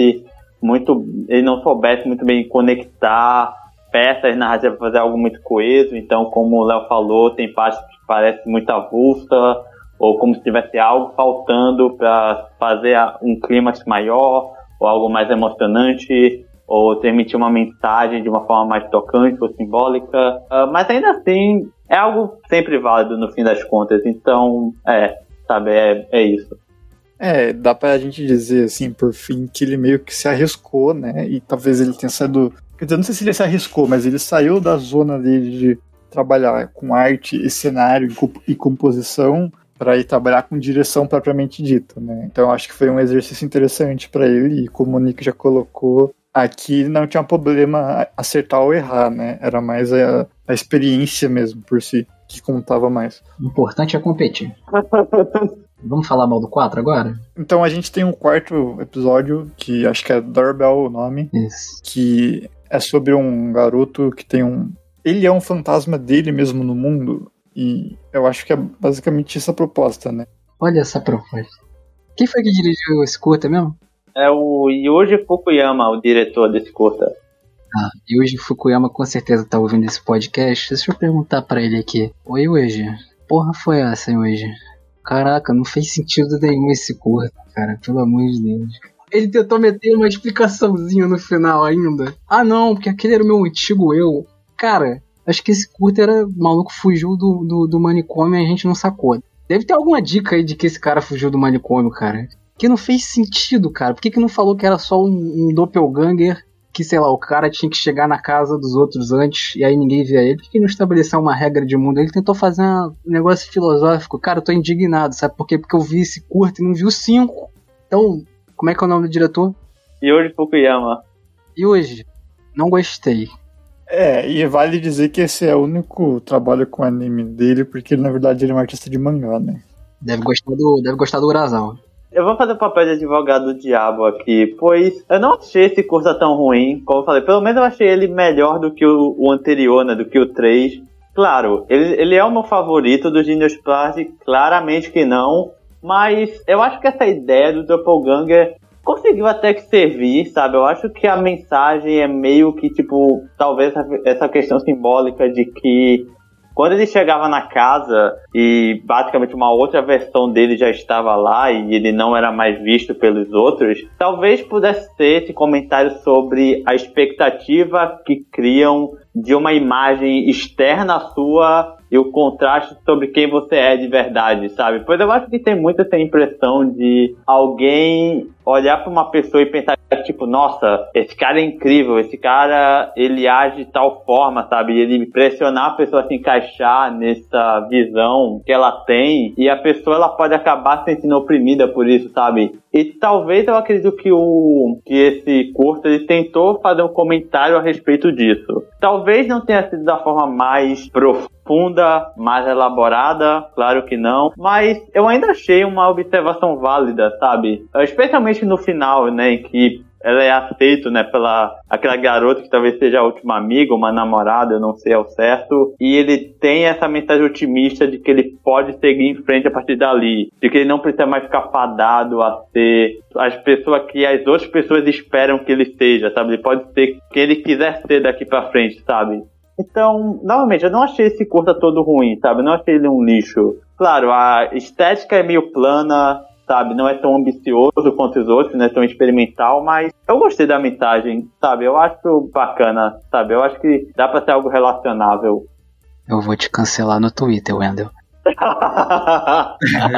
soubesse muito bem conectar peças narrativas para fazer algo muito coeso. Então, como o Léo falou, tem partes que parece muito avulsa, ou como se tivesse algo faltando para fazer um clímax maior, ou algo mais emocionante, ou transmitir uma mensagem de uma forma mais tocante ou simbólica. Mas ainda assim, é algo sempre válido no fim das contas. Então, sabe, é isso. Dá pra gente dizer, assim, por fim, que ele meio que se arriscou, né? E talvez ele tenha saído... Quer dizer, não sei se ele se arriscou, mas ele saiu da zona dele de trabalhar com arte e cenário e composição para ir trabalhar com direção propriamente dita, né? Então eu acho que foi um exercício interessante para ele, e como o Nick já colocou, aqui não tinha problema acertar ou errar, né? Era mais a experiência mesmo por si que contava mais. O importante é competir. Vamos falar mal do 4 agora? Então a gente tem um quarto episódio, que acho que é Doorbell o nome, Isso. Que é sobre um garoto que tem ele é um fantasma dele mesmo no mundo, e eu acho que é basicamente essa a proposta, né? Olha essa proposta. Quem foi que dirigiu esse curta mesmo? É o Yuji Fukuyama, o diretor desse curta. Yuji Fukuyama com certeza tá ouvindo esse podcast. Deixa eu perguntar pra ele aqui. Oi, Yuji. Porra foi essa, Yuji? Caraca, não fez sentido nenhum esse curta, cara. Pelo amor de Deus. Ele tentou meter uma explicaçãozinha no final ainda. Ah, não, porque aquele era o meu antigo eu. Cara, acho que esse curta era... O maluco fugiu do manicômio e a gente não sacou. Deve ter alguma dica aí de que esse cara fugiu do manicômio, cara. Que não fez sentido, cara. Por que não falou que era só um doppelganger? Que, sei lá, o cara tinha que chegar na casa dos outros antes e aí ninguém via ele. Por que não estabeleceu uma regra de mundo? Ele tentou fazer um negócio filosófico. Cara, eu tô indignado, sabe por quê? Porque eu vi esse curto e não vi o 5. Então, como é que é o nome do diretor? Yuji Fukuyama. Yuji, não gostei. E vale dizer que esse é o único trabalho com anime dele, porque ele, na verdade, ele é um artista de mangá, né? Deve gostar do Urasawa. Eu vou fazer o papel de advogado do diabo aqui, pois eu não achei esse curta tão ruim, como eu falei, pelo menos eu achei ele melhor do que o anterior, né, do que o 3. Claro, ele é o meu favorito do Genius Party, claramente que não, mas eu acho que essa ideia do Doppelganger conseguiu até que servir, sabe? Eu acho que a mensagem é meio que, tipo, talvez essa questão simbólica de que quando ele chegava na casa e basicamente uma outra versão dele já estava lá e ele não era mais visto pelos outros, talvez pudesse ser esse comentário sobre a expectativa que criam de uma imagem externa sua e o contraste sobre quem você é de verdade, sabe? Pois eu acho que tem muito essa impressão de alguém olhar para uma pessoa e pensar, tipo, nossa, esse cara é incrível, esse cara, ele age de tal forma, sabe? E ele pressionar a pessoa a se encaixar nessa visão que ela tem, e a pessoa, ela pode acabar se sentindo oprimida por isso, sabe? E talvez eu acredito que esse curto, ele tentou fazer um comentário a respeito disso. Talvez não tenha sido da forma mais profunda, mais elaborada, claro que não, mas eu ainda achei uma observação válida, sabe? Especialmente no final, né, em que ela é aceita, né, pela aquela garota que talvez seja a última amiga, uma namorada, eu não sei ao certo, e ele tem essa mensagem otimista de que ele pode seguir em frente a partir dali, de que ele não precisa mais ficar fadado a ser as pessoas que as outras pessoas esperam que ele seja, sabe? Ele pode ser quem ele quiser ser daqui pra frente, sabe? Então, novamente, eu não achei esse curta todo ruim, sabe? Eu não achei ele um lixo. Claro, a estética é meio plana, sabe? Não é tão ambicioso quanto os outros, não é tão experimental, mas eu gostei da mensagem, sabe? Eu acho bacana, sabe? Eu acho que dá pra ser algo relacionável. Eu vou te cancelar no Twitter, Wendel. Ah,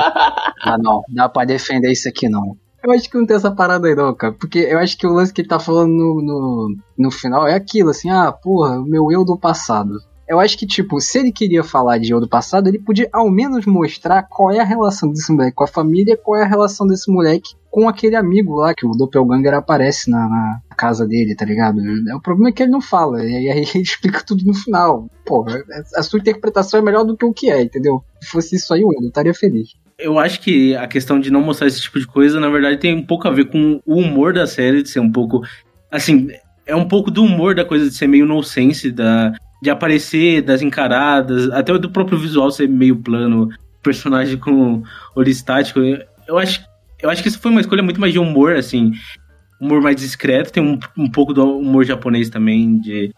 não. Dá pra defender isso aqui, não. Eu acho que não tem essa parada aí não, cara. Porque eu acho que o lance que ele tá falando no final é aquilo, assim, porra, o meu eu do passado. Eu acho que, tipo, se ele queria falar de eu do passado, ele podia ao menos mostrar qual é a relação desse moleque com a família, qual é a relação desse moleque com aquele amigo lá, que o Doppelganger aparece na casa dele, tá ligado? O problema é que ele não fala, e aí ele explica tudo no final. Pô, a sua interpretação é melhor do que o que é, entendeu? Se fosse isso aí, eu estaria feliz. Eu acho que a questão de não mostrar esse tipo de coisa, na verdade, tem um pouco a ver com o humor da série, de ser um pouco... Assim, é um pouco do humor da coisa de ser meio nonsense, de aparecer, das encaradas, até do próprio visual ser meio plano, personagem com olho estático. Eu acho que isso foi uma escolha muito mais de humor, assim, humor mais discreto. Tem um pouco do humor japonês também,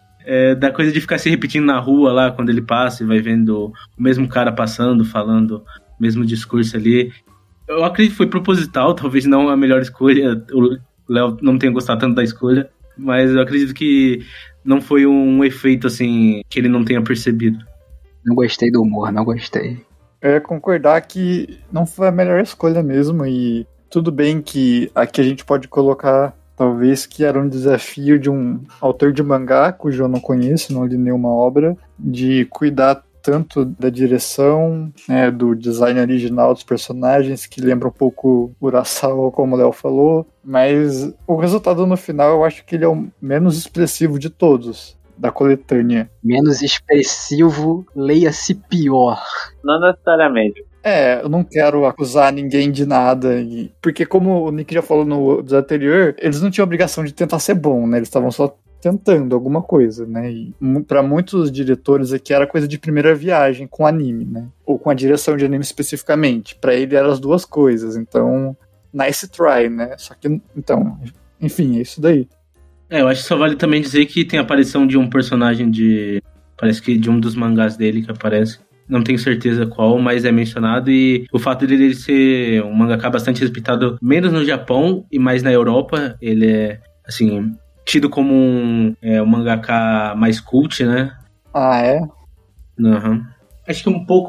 da coisa de ficar se repetindo na rua lá, quando ele passa e vai vendo o mesmo cara passando, falando o mesmo discurso ali. Eu acredito que foi proposital, talvez não a melhor escolha, o Léo não tenha gostado tanto da escolha, mas eu acredito que não foi um efeito, assim, que ele não tenha percebido. Não gostei do humor, não gostei. Eu ia concordar que não foi a melhor escolha mesmo, e tudo bem que aqui a gente pode colocar, talvez, que era um desafio de um autor de mangá, cujo eu não conheço, não li nenhuma obra, de cuidar tanto da direção, né, do design original dos personagens, que lembra um pouco Urasawa, como o Léo falou, mas o resultado no final eu acho que ele é o menos expressivo de todos, da coletânea. Menos expressivo, leia-se pior. Não necessariamente. Eu não quero acusar ninguém de nada, porque como o Nick já falou no episódio anterior, eles não tinham obrigação de tentar ser bom, né, eles estavam só tentando alguma coisa, né? E para muitos diretores aqui era coisa de primeira viagem com anime, né? Ou com a direção de anime especificamente. Para ele eram as duas coisas, então nice try, né? Só que, então, enfim, é isso daí. Eu acho que só vale também dizer que tem a aparição de um personagem parece que de um dos mangás dele que aparece. Não tenho certeza qual, mas é mencionado, e o fato dele ser um mangaka bastante respeitado menos no Japão e mais na Europa, ele é, assim, tido como um mangaka mais cult, né? Ah, é? Uhum. Acho que um pouco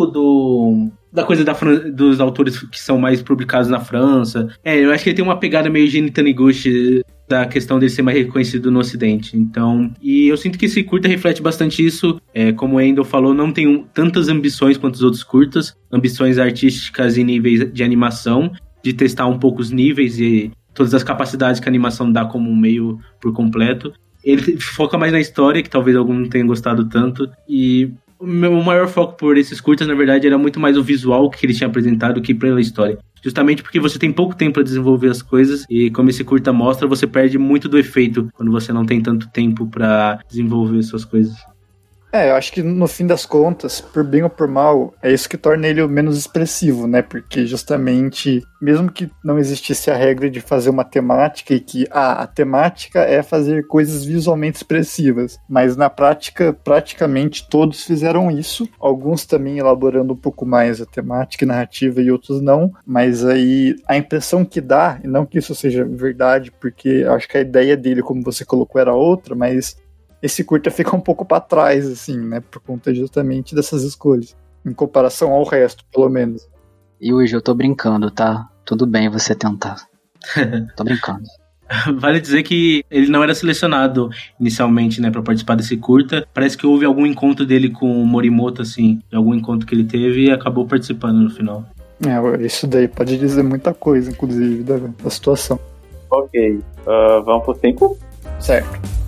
da coisa dos autores que são mais publicados na França. Eu acho que ele tem uma pegada meio Gene Taniguchi da questão dele ser mais reconhecido no Ocidente. Então, e eu sinto que esse curta reflete bastante isso. Como o Endo falou, não tem tantas ambições quanto os outros curtas. Ambições artísticas e níveis de animação, de testar um pouco os níveis e todas as capacidades que a animação dá como um meio por completo. Ele foca mais na história, que talvez algum não tenha gostado tanto, e o meu maior foco por esses curtas, na verdade, era muito mais o visual que ele tinha apresentado que pela história. Justamente porque você tem pouco tempo para desenvolver as coisas, e como esse curta mostra, você perde muito do efeito quando você não tem tanto tempo para desenvolver suas coisas. Eu acho que no fim das contas, por bem ou por mal, é isso que torna ele o menos expressivo, né? Porque justamente, mesmo que não existisse a regra de fazer uma temática e que a temática é fazer coisas visualmente expressivas, mas na prática, praticamente todos fizeram isso, alguns também elaborando um pouco mais a temática e narrativa e outros não, mas aí a impressão que dá, e não que isso seja verdade, porque acho que a ideia dele, como você colocou, era outra, mas esse curta fica um pouco pra trás, assim, né? Por conta justamente dessas escolhas. Em comparação ao resto, pelo menos. E hoje eu tô brincando, tá? Tudo bem você tentar. Tô brincando. Vale dizer que ele não era selecionado inicialmente, né, pra participar desse curta. Parece que houve algum encontro dele com o Morimoto, assim, algum encontro que ele teve e acabou participando no final. Isso daí pode dizer muita coisa, inclusive, da situação. Ok. Vamos pro 5? Certo.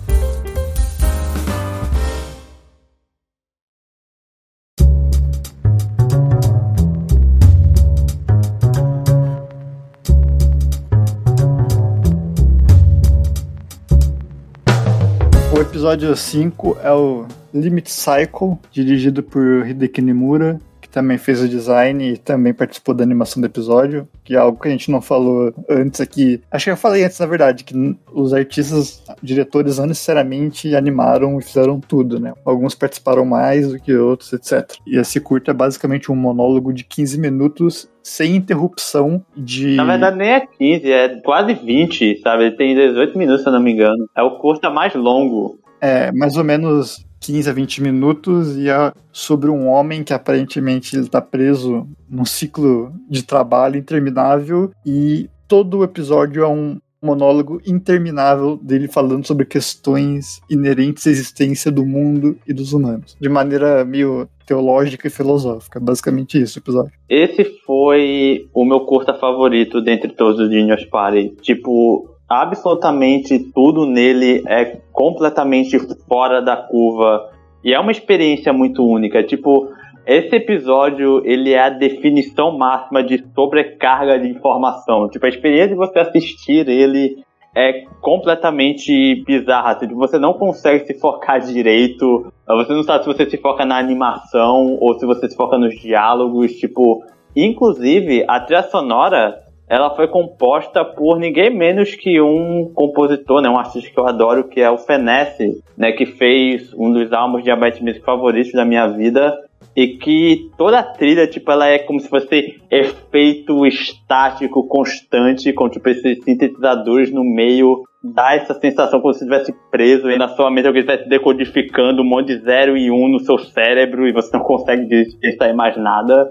O episódio 5 é o Limit Cycle, dirigido por Hideki Nimura, que também fez o design e também participou da animação do episódio, que é algo que a gente não falou antes aqui. Acho que eu falei antes, na verdade, que os artistas, diretores, não necessariamente animaram e fizeram tudo, né? Alguns participaram mais do que outros, etc. E esse curta é basicamente um monólogo de 15 minutos sem interrupção de... Na verdade nem é 15, é quase 20, sabe? Ele tem 18 minutos, se eu não me engano. É o curta mais longo. Mais ou menos 15 a 20 minutos e é sobre um homem que aparentemente ele tá preso num ciclo de trabalho interminável e todo o episódio é um monólogo interminável dele falando sobre questões inerentes à existência do mundo e dos humanos, de maneira meio teológica e filosófica. Basicamente isso o episódio. Esse foi o meu curta favorito dentre todos os Genius Party. Tipo, absolutamente tudo nele é completamente fora da curva e é uma experiência muito única. Tipo, esse episódio, ele é a definição máxima de sobrecarga de informação. Tipo, a experiência de você assistir ele é completamente bizarra. Tipo, você não consegue se focar direito. Você não sabe se você se foca na animação ou se você se foca nos diálogos. Tipo, inclusive, a trilha sonora, ela foi composta por ninguém menos que um compositor, né, um artista que eu adoro, que é o Fenesse, né, que fez um dos álbuns de Abate Music favoritos da minha vida. E que toda a trilha, tipo, ela é como se fosse efeito estático constante, com, tipo, esses sintetizadores no meio, dá essa sensação como se estivesse preso e na sua mente alguém estivesse decodificando um monte de 0 e 1 no seu cérebro e você não consegue digitar mais nada.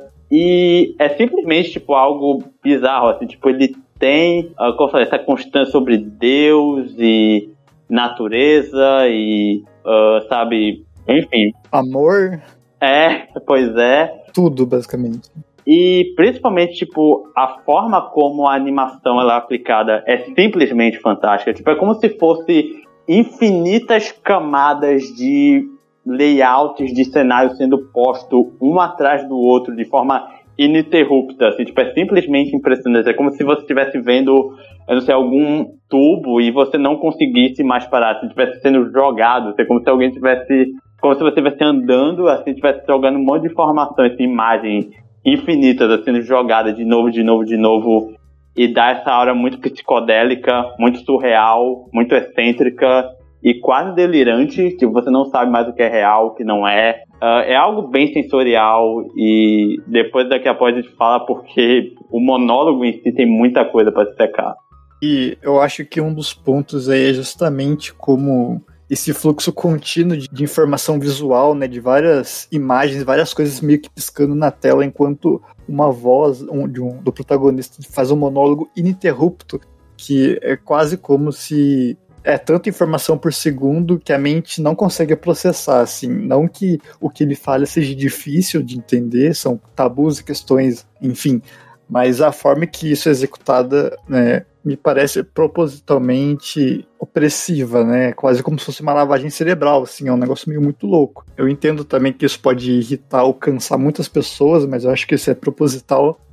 E é simplesmente, tipo, algo bizarro, assim, tipo, ele tem, como eu falei, essa constância sobre Deus e natureza e, sabe, enfim. Amor... Pois é. Tudo, basicamente. E principalmente, tipo, a forma como a animação ela é aplicada é simplesmente fantástica. Tipo, é como se fosse infinitas camadas de layouts de cenários sendo posto um atrás do outro de forma ininterrupta. Assim, tipo, é simplesmente impressionante. É como se você estivesse vendo, eu não sei, algum tubo e você não conseguisse mais parar. Se estivesse sendo jogado. É como se alguém tivesse... Como se você estivesse andando, assim, estivesse jogando um monte de informações, assim, imagens infinitas, assim, sendo jogadas de novo, e dá essa aura muito psicodélica, muito surreal, muito excêntrica e quase delirante, que você não sabe mais o que é real, o que não é. É algo bem sensorial e depois daqui a pouco a gente fala porque o monólogo em si tem muita coisa para se secar. E eu acho que um dos pontos aí é justamente como... esse fluxo contínuo de informação visual, né, de várias imagens, várias coisas meio que piscando na tela, enquanto uma voz do protagonista faz um monólogo ininterrupto, que é quase como se é tanta informação por segundo que a mente não consegue processar, assim. Não que o que ele fala seja difícil de entender, são tabus e questões, enfim, mas a forma que isso é executada, né, me parece propositalmente opressiva, né? Quase como se fosse uma lavagem cerebral, assim, é um negócio meio muito louco. Eu entendo também que isso pode irritar ou cansar muitas pessoas, mas eu acho que isso é proposital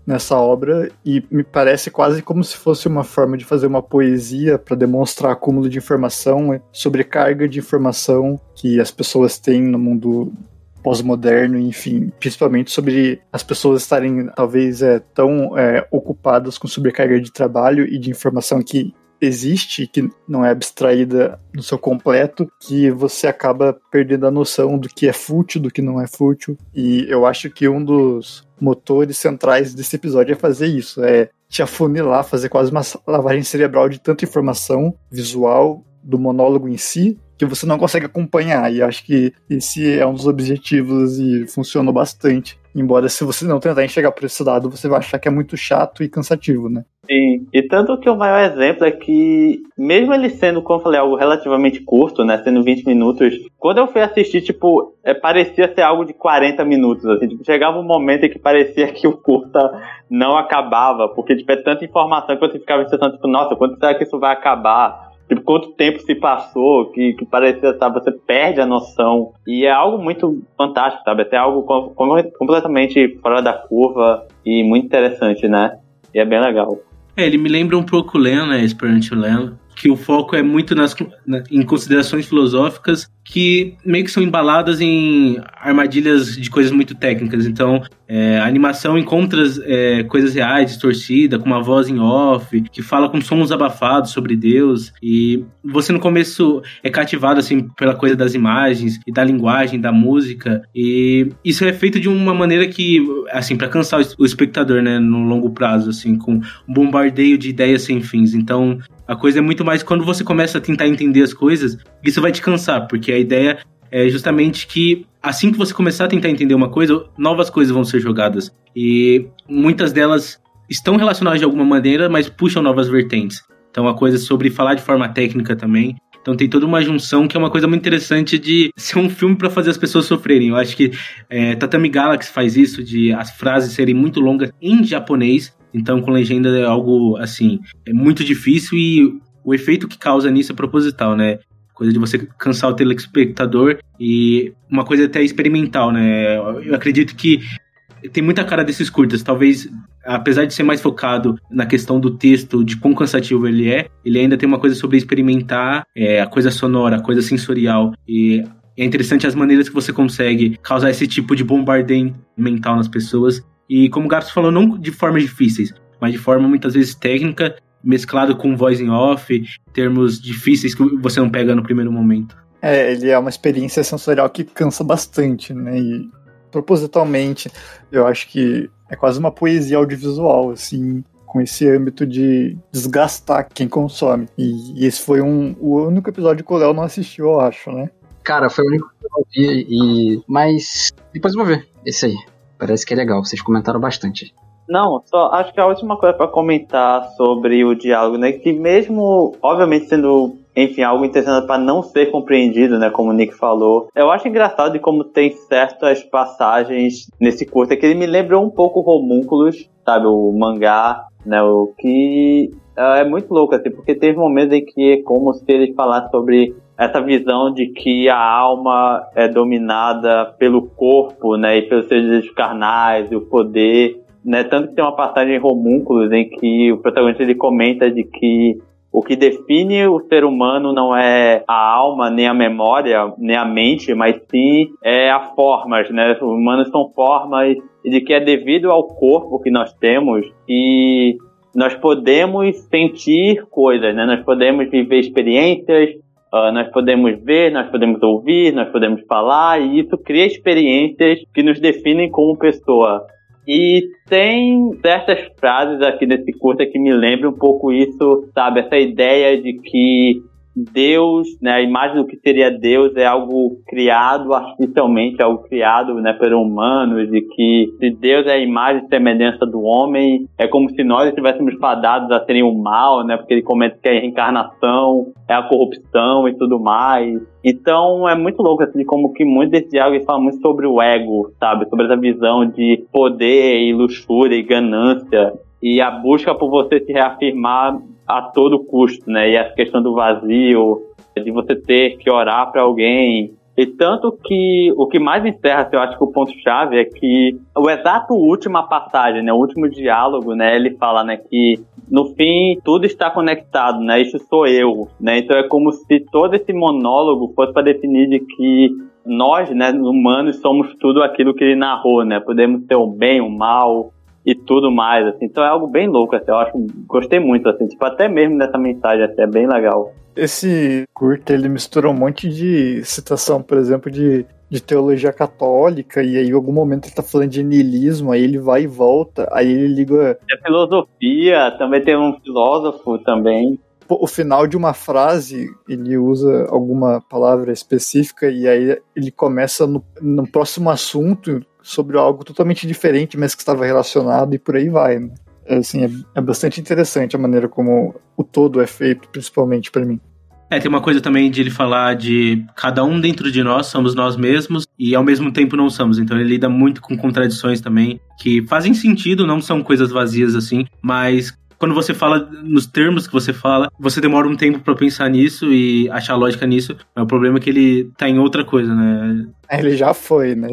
nessa obra, e me parece quase como se fosse uma forma de fazer uma poesia para demonstrar acúmulo de informação, sobrecarga de informação que as pessoas têm no mundo pós-moderno, enfim, principalmente sobre as pessoas estarem talvez tão ocupadas com sobrecarga de trabalho e de informação que existe, que não é abstraída no seu completo, que você acaba perdendo a noção do que é fútil, do que não é fútil. E eu acho que um dos motores centrais desse episódio é fazer isso, é te afunilar, fazer quase uma lavagem cerebral de tanta informação visual do monólogo em si, que você não consegue acompanhar, e acho que esse é um dos objetivos e funcionou bastante. Embora, se você não tentar enxergar por esse lado, você vai achar que é muito chato e cansativo, né? Sim, e tanto que o maior exemplo é que, mesmo ele sendo, como eu falei, algo relativamente curto, né, sendo 20 minutos, quando eu fui assistir, tipo, parecia ser algo de 40 minutos, assim, tipo, chegava um momento em que parecia que o curta não acabava, porque, tipo, é tanta informação que você ficava pensando, tipo, nossa, quando será que isso vai acabar? Tipo, quanto tempo se passou, que parecia, sabe, você perde a noção. E é algo muito fantástico, sabe? Até algo completamente fora da curva e muito interessante, né? E é bem legal. Ele me lembra um pouco o Len, né? Esperant Len, que o foco é muito em considerações filosóficas que meio que são embaladas em armadilhas de coisas muito técnicas. Então, a animação encontra coisas reais, distorcida, com uma voz em off, que fala com sons abafados sobre Deus, e você no começo é cativado assim pela coisa das imagens e da linguagem, da música, e isso é feito de uma maneira que, assim, para cansar o espectador, né, no longo prazo, assim, com um bombardeio de ideias sem fins. Então, a coisa é muito mais quando você começa a tentar entender as coisas, isso vai te cansar, porque a ideia é justamente que assim que você começar a tentar entender uma coisa, novas coisas vão ser jogadas. E muitas delas estão relacionadas de alguma maneira, mas puxam novas vertentes. Então a coisa sobre falar de forma técnica também. Então tem toda uma junção que é uma coisa muito interessante de ser um filme para fazer as pessoas sofrerem. Eu acho que Tatami Galaxy faz isso, de as frases serem muito longas em japonês. Então, com legenda é algo, assim, é muito difícil, e o efeito que causa nisso é proposital, né? Coisa de você cansar o telespectador, e uma coisa até experimental, né? Eu acredito que tem muita cara desses curtas. Talvez, apesar de ser mais focado na questão do texto, de quão cansativo ele ainda tem uma coisa sobre experimentar a coisa sonora, a coisa sensorial. E é interessante as maneiras que você consegue causar esse tipo de bombardeio mental nas pessoas. E como o Gabs falou, não de formas difíceis, mas de forma muitas vezes técnica, mesclado com voice in off, termos difíceis que você não pega no primeiro momento. Ele é uma experiência sensorial que cansa bastante, né? E propositalmente, eu acho que é quase uma poesia audiovisual, assim, com esse âmbito de desgastar quem consome. E esse foi o único episódio que o Léo não assistiu, eu acho, né? Cara, foi o único que eu vi, mas depois eu vou ver esse aí. Parece que é legal, vocês comentaram bastante. Não, só acho que a última coisa para comentar sobre o diálogo, né, que mesmo, obviamente, sendo, enfim, algo interessante para não ser compreendido, né, como o Nick falou, eu acho engraçado de como tem certas passagens nesse curta que ele me lembrou um pouco Homúnculos, sabe, o mangá, né, o que é muito louco, assim, porque teve momentos em que é como se ele falasse sobre essa visão de que a alma é dominada pelo corpo, né, e pelos seus desejos carnais, e o poder, né, tanto que tem uma passagem em Homúnculos em que o protagonista ele comenta de que o que define o ser humano não é a alma, nem a memória, nem a mente, mas sim as formas, né, os humanos são formas, e de que é devido ao corpo que nós temos e nós podemos sentir coisas, né, nós podemos viver experiências, nós podemos ver, nós podemos ouvir, nós podemos falar, e isso cria experiências que nos definem como pessoa. E tem certas frases aqui nesse curta que me lembram um pouco isso, sabe? Essa ideia de que Deus, né, a imagem do que seria Deus é algo criado artificialmente, algo criado, né, por humanos, e que se Deus é a imagem e semelhança do homem, é como se nós estivéssemos fadados a serem o mal, né, porque ele comenta que a reencarnação é a corrupção e tudo mais. Então é muito louco, assim, como que muito desse diálogo fala muito sobre o ego, sabe, sobre essa visão de poder e luxúria e ganância, e a busca por você se reafirmar a todo custo, né? E essa questão do vazio, de você ter que orar para alguém, E tanto que o que mais encerra, assim, eu acho que o ponto-chave é que o exato última passagem, né, o último diálogo, né, ele fala, né, que no fim tudo está conectado, né, isso sou eu, né, então é como se todo esse monólogo fosse para definir de que nós, né, humanos, somos tudo aquilo que ele narrou, né, podemos ter o bem, o mal e tudo mais, assim, então é algo bem louco, assim, eu acho, gostei muito, assim, tipo, até mesmo dessa mensagem, assim, é bem legal. Esse curta, ele mistura um monte de citação, por exemplo, de teologia católica, e aí em algum momento ele tá falando de niilismo, aí ele vai e volta, aí ele liga... É filosofia, também tem um filósofo também. O final de uma frase, ele usa alguma palavra específica, e aí ele começa no próximo assunto sobre algo totalmente diferente, mas que estava relacionado, e por aí vai, né? Assim, é bastante interessante a maneira como o todo é feito, principalmente pra mim. Tem uma coisa também de ele falar de cada um dentro de nós somos nós mesmos e ao mesmo tempo não somos. Então ele lida muito com contradições também, que fazem sentido, não são coisas vazias assim, mas quando você fala nos termos que você fala, você demora um tempo pra pensar nisso e achar lógica nisso. Mas o problema é que ele tá em outra coisa, né? Ele já foi, né?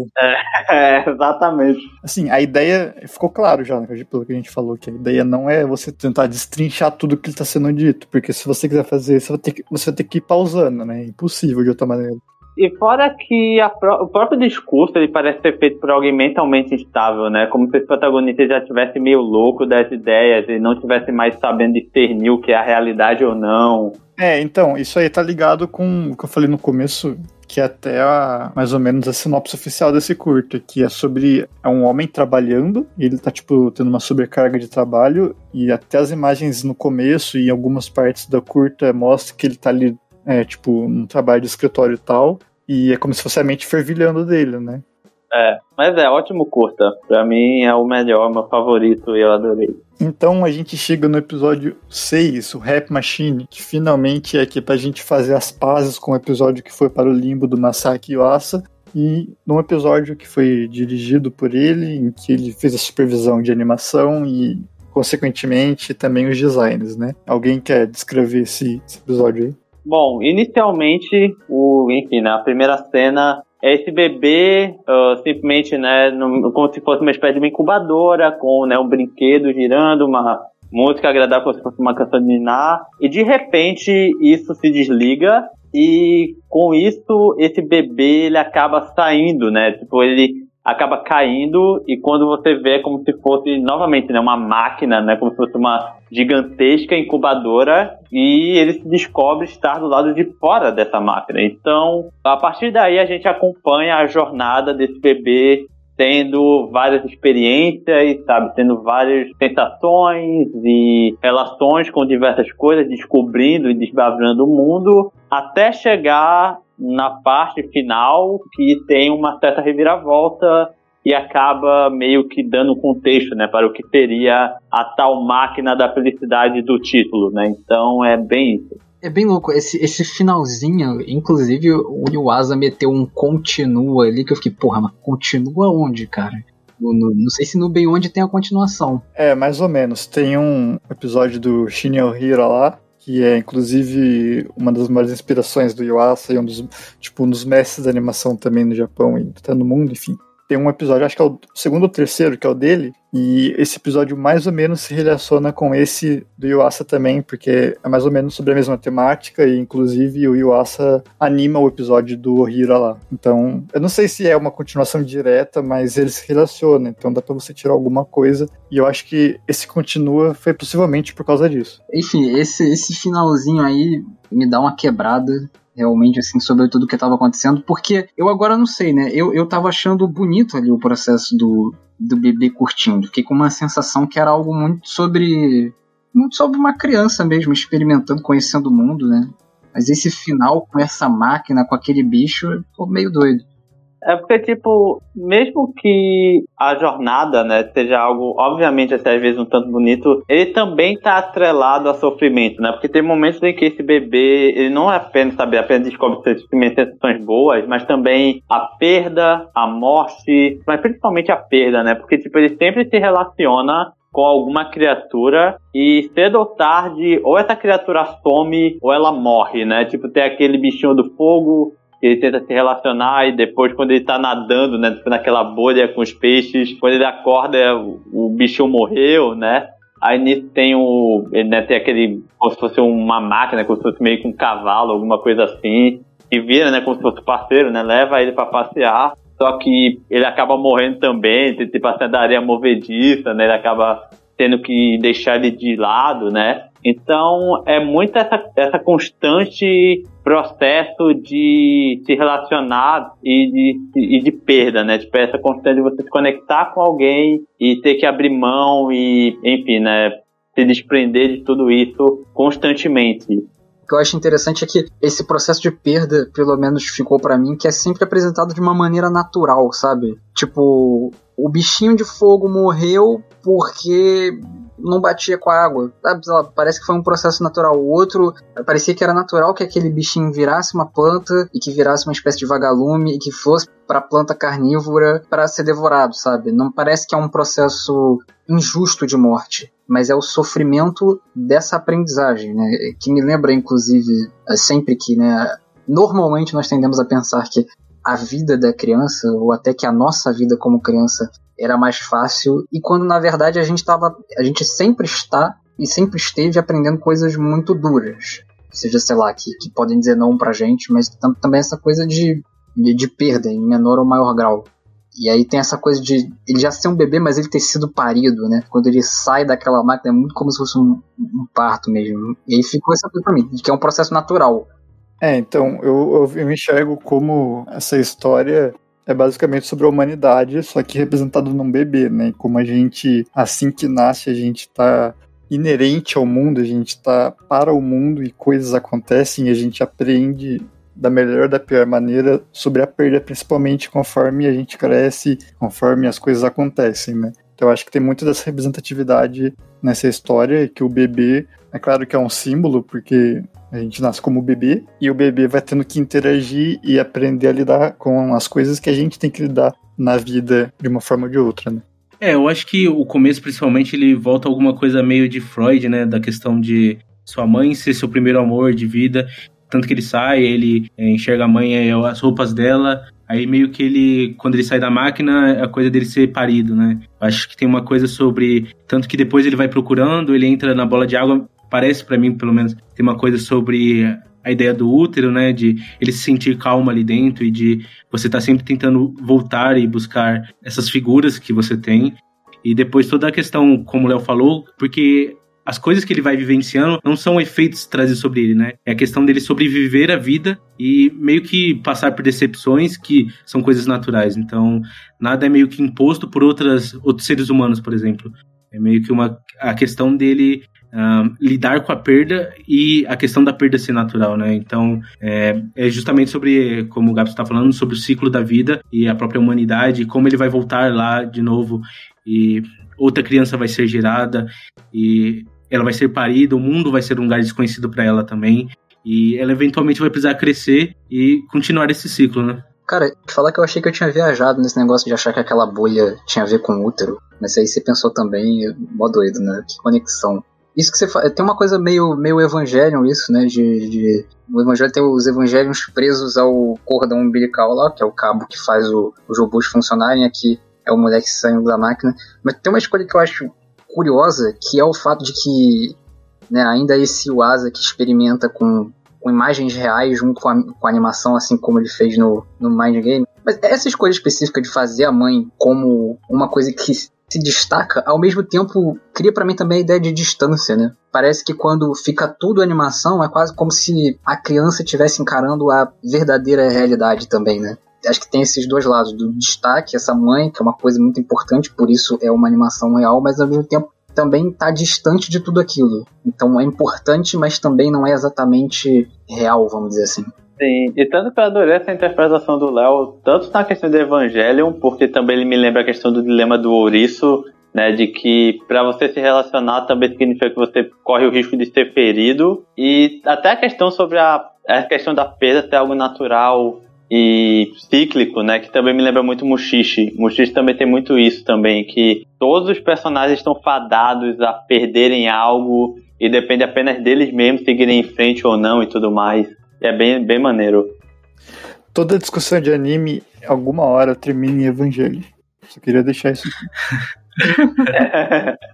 Exatamente. Assim, a ideia ficou claro já, né, pelo que a gente falou, que a ideia não é você tentar destrinchar tudo que está sendo dito, porque se você quiser fazer isso, você vai ter que ir pausando, né? É impossível de outra maneira. E fora que o próprio discurso, ele parece ser feito por alguém mentalmente instável, né? Como se esse protagonista já estivesse meio louco das ideias e não estivesse mais sabendo discernir o que é a realidade ou não. Então, isso aí tá ligado com o que eu falei no começo, que é até mais ou menos a sinopse oficial desse curta, que é sobre um homem trabalhando, e ele tá, tipo, tendo uma sobrecarga de trabalho, e até as imagens no começo e em algumas partes da curta mostra que ele tá ali, tipo, num trabalho de escritório e tal, e é como se fosse a mente fervilhando dele, né? Mas ótimo curta. Pra mim é o melhor, meu favorito, e eu adorei. Então a gente chega no episódio 6, o Rap Machine, que finalmente é aqui pra gente fazer as pazes com o episódio que foi para o limbo do Masaaki Yuasa, e num episódio que foi dirigido por ele, em que ele fez a supervisão de animação e, consequentemente, também os designs, né? Alguém quer descrever esse episódio aí? Bom, inicialmente, na primeira cena, é esse bebê simplesmente, né, como se fosse uma espécie de uma incubadora, com, né, um brinquedo girando, uma música agradável como se fosse uma canção de ninar, e de repente isso se desliga, e com isso esse bebê ele acaba saindo, né, tipo, ele acaba caindo, e quando você vê é como se fosse, novamente, né, uma máquina, né, como se fosse uma gigantesca incubadora, e ele se descobre estar do lado de fora dessa máquina. Então, a partir daí, a gente acompanha a jornada desse bebê tendo várias experiências, sabe, tendo várias sensações e relações com diversas coisas, descobrindo e desbravando o mundo, até chegar na parte final que tem uma certa reviravolta e acaba meio que dando contexto, né, para o que seria a tal máquina da felicidade do título, né? Então é bem isso. É bem louco, esse finalzinho, inclusive o Yuasa meteu um continua ali, que eu fiquei, porra, mas continua onde, cara? Não sei se no Beyond tem a continuação. Mais ou menos. Tem um episódio do Shinya Hira lá, que é inclusive uma das maiores inspirações do Yuasa e um dos mestres da animação também no Japão e até no mundo, enfim. Tem um episódio, acho que é o segundo ou terceiro, que é o dele, e esse episódio mais ou menos se relaciona com esse do Yuasa também, porque é mais ou menos sobre a mesma temática, e inclusive o Yuasa anima o episódio do Ohira lá. Então, eu não sei se é uma continuação direta, mas eles se relacionam, então dá pra você tirar alguma coisa, e eu acho que esse continua foi possivelmente por causa disso. Enfim, esse finalzinho aí me dá uma quebrada realmente, assim, sobre tudo que estava acontecendo, porque eu agora não sei, né, eu tava achando bonito ali o processo do bebê curtindo, fiquei com uma sensação que era algo muito sobre uma criança mesmo, experimentando, conhecendo o mundo, né, mas esse final com essa máquina, com aquele bicho, ficou meio doido. É porque, tipo, mesmo que a jornada, né, seja algo, obviamente, até às vezes um tanto bonito, ele também tá atrelado a sofrimento, né? Porque tem momentos em que esse bebê, ele não é apenas descobre sensações boas, mas também a perda, a morte, mas principalmente a perda, né? Porque, tipo, ele sempre se relaciona com alguma criatura e cedo ou tarde, ou essa criatura some ou ela morre, né? Tipo, tem aquele bichinho do fogo ele tenta se relacionar e depois quando ele tá nadando, né, naquela bolha com os peixes, quando ele acorda o bichinho morreu, né? Aí nisso tem ele, né, tem aquele, como se fosse uma máquina, como se fosse meio que um cavalo, alguma coisa assim, que vira, né, como se fosse parceiro, né, leva ele pra passear, só que ele acaba morrendo também, tem tipo assim, da areia movediça, né, ele acaba tendo que deixar ele de lado, né. Então é muito essa constante processo de se relacionar e de perda, né? Tipo, essa constante de você se conectar com alguém e ter que abrir mão e, enfim, né? Se desprender de tudo isso constantemente. O que eu acho interessante é que esse processo de perda, pelo menos ficou pra mim, que é sempre apresentado de uma maneira natural, sabe? Tipo, o bichinho de fogo morreu porque não batia com a água, sabe? Parece que foi um processo natural. O outro, parecia que era natural que aquele bichinho virasse uma planta e que virasse uma espécie de vagalume e que fosse pra planta carnívora para ser devorado, sabe? Não parece que é um processo injusto de morte, mas é o sofrimento dessa aprendizagem, né? Que me lembra, inclusive, sempre que, né, normalmente nós tendemos a pensar que a vida da criança, ou até que a nossa vida como criança era mais fácil, e quando na verdade a gente sempre está e sempre esteve aprendendo coisas muito duras, seja, sei lá, que podem dizer não pra gente, mas também essa coisa de perda em menor ou maior grau. E aí tem essa coisa de ele já ser um bebê, mas ele ter sido parido, né? Quando ele sai daquela máquina é muito como se fosse um parto mesmo. E aí ficou essa coisa pra mim, que é um processo natural. Então, eu enxergo como essa história é basicamente sobre a humanidade, só que representado num bebê, né? E como a gente, assim que nasce, a gente tá inerente ao mundo, a gente tá para o mundo e coisas acontecem e a gente aprende da melhor ou da pior maneira sobre a perda, principalmente conforme a gente cresce, conforme as coisas acontecem, né? Então eu acho que tem muito dessa representatividade nessa história, que o bebê, é claro que é um símbolo, porque a gente nasce como bebê, e o bebê vai tendo que interagir e aprender a lidar com as coisas que a gente tem que lidar na vida de uma forma ou de outra, né? Eu acho que o começo, principalmente, ele volta a alguma coisa meio de Freud, né? Da questão de sua mãe ser seu primeiro amor de vida. Tanto que ele sai, ele enxerga a mãe, as roupas dela. Aí meio que ele, quando ele sai da máquina, é a coisa dele ser parido, né? Acho que tem uma coisa sobre... Tanto que depois ele vai procurando, ele entra na bola de água. Parece pra mim, pelo menos, tem uma coisa sobre a ideia do útero, né? De ele se sentir calmo ali dentro e de você estar sempre tentando voltar e buscar essas figuras que você tem. E depois toda a questão, como o Léo falou, porque as coisas que ele vai vivenciando não são efeitos trazidos sobre ele, né? É a questão dele sobreviver a vida e meio que passar por decepções que são coisas naturais. Então, nada é meio que imposto por outros seres humanos, por exemplo. É meio que a questão dele lidar com a perda e a questão da perda ser natural, né? Então, é justamente sobre, como o Gabs está falando, sobre o ciclo da vida e a própria humanidade, como ele vai voltar lá de novo e outra criança vai ser gerada e ela vai ser parida, o mundo vai ser um lugar desconhecido para ela também e ela eventualmente vai precisar crescer e continuar esse ciclo, né? Cara, falar que eu achei que eu tinha viajado nesse negócio de achar que aquela bolha tinha a ver com útero, mas aí você pensou também, mó doido, né? Que conexão. Isso que você fala, tem uma coisa meio Evangelion, isso, né? O Evangelho tem os Evangelions presos ao cordão umbilical lá, que é o cabo que faz os robôs funcionarem. Aqui é o moleque saindo da máquina. Mas tem uma escolha que eu acho curiosa, que é o fato de que, né, ainda esse Yuasa que experimenta com imagens reais junto com a animação, assim como ele fez no Mind Game. Mas essa escolha específica de fazer a mãe como uma coisa que se destaca, ao mesmo tempo cria pra mim também a ideia de distância, né? Parece que quando fica tudo animação, é quase como se a criança estivesse encarando a verdadeira realidade também, né? Acho que tem esses dois lados, do destaque, essa mãe, que é uma coisa muito importante, por isso é uma animação real, mas ao mesmo tempo também está distante de tudo aquilo. Então é importante, mas também não é exatamente real, vamos dizer assim. Sim, e tanto que eu adorei essa interpretação do Léo, tanto na questão do Evangelion, porque também ele me lembra a questão do dilema do ouriço, né, de que para você se relacionar também significa que você corre o risco de ser ferido, e até a questão sobre a questão da perda ser algo natural e cíclico, né, que também me lembra muito Mushishi. Mushishi também tem muito isso também, que todos os personagens estão fadados a perderem algo e depende apenas deles mesmos seguirem em frente ou não e tudo mais. É bem maneiro. toda discussão de anime, alguma hora termina em Evangelho. Só queria deixar isso aqui.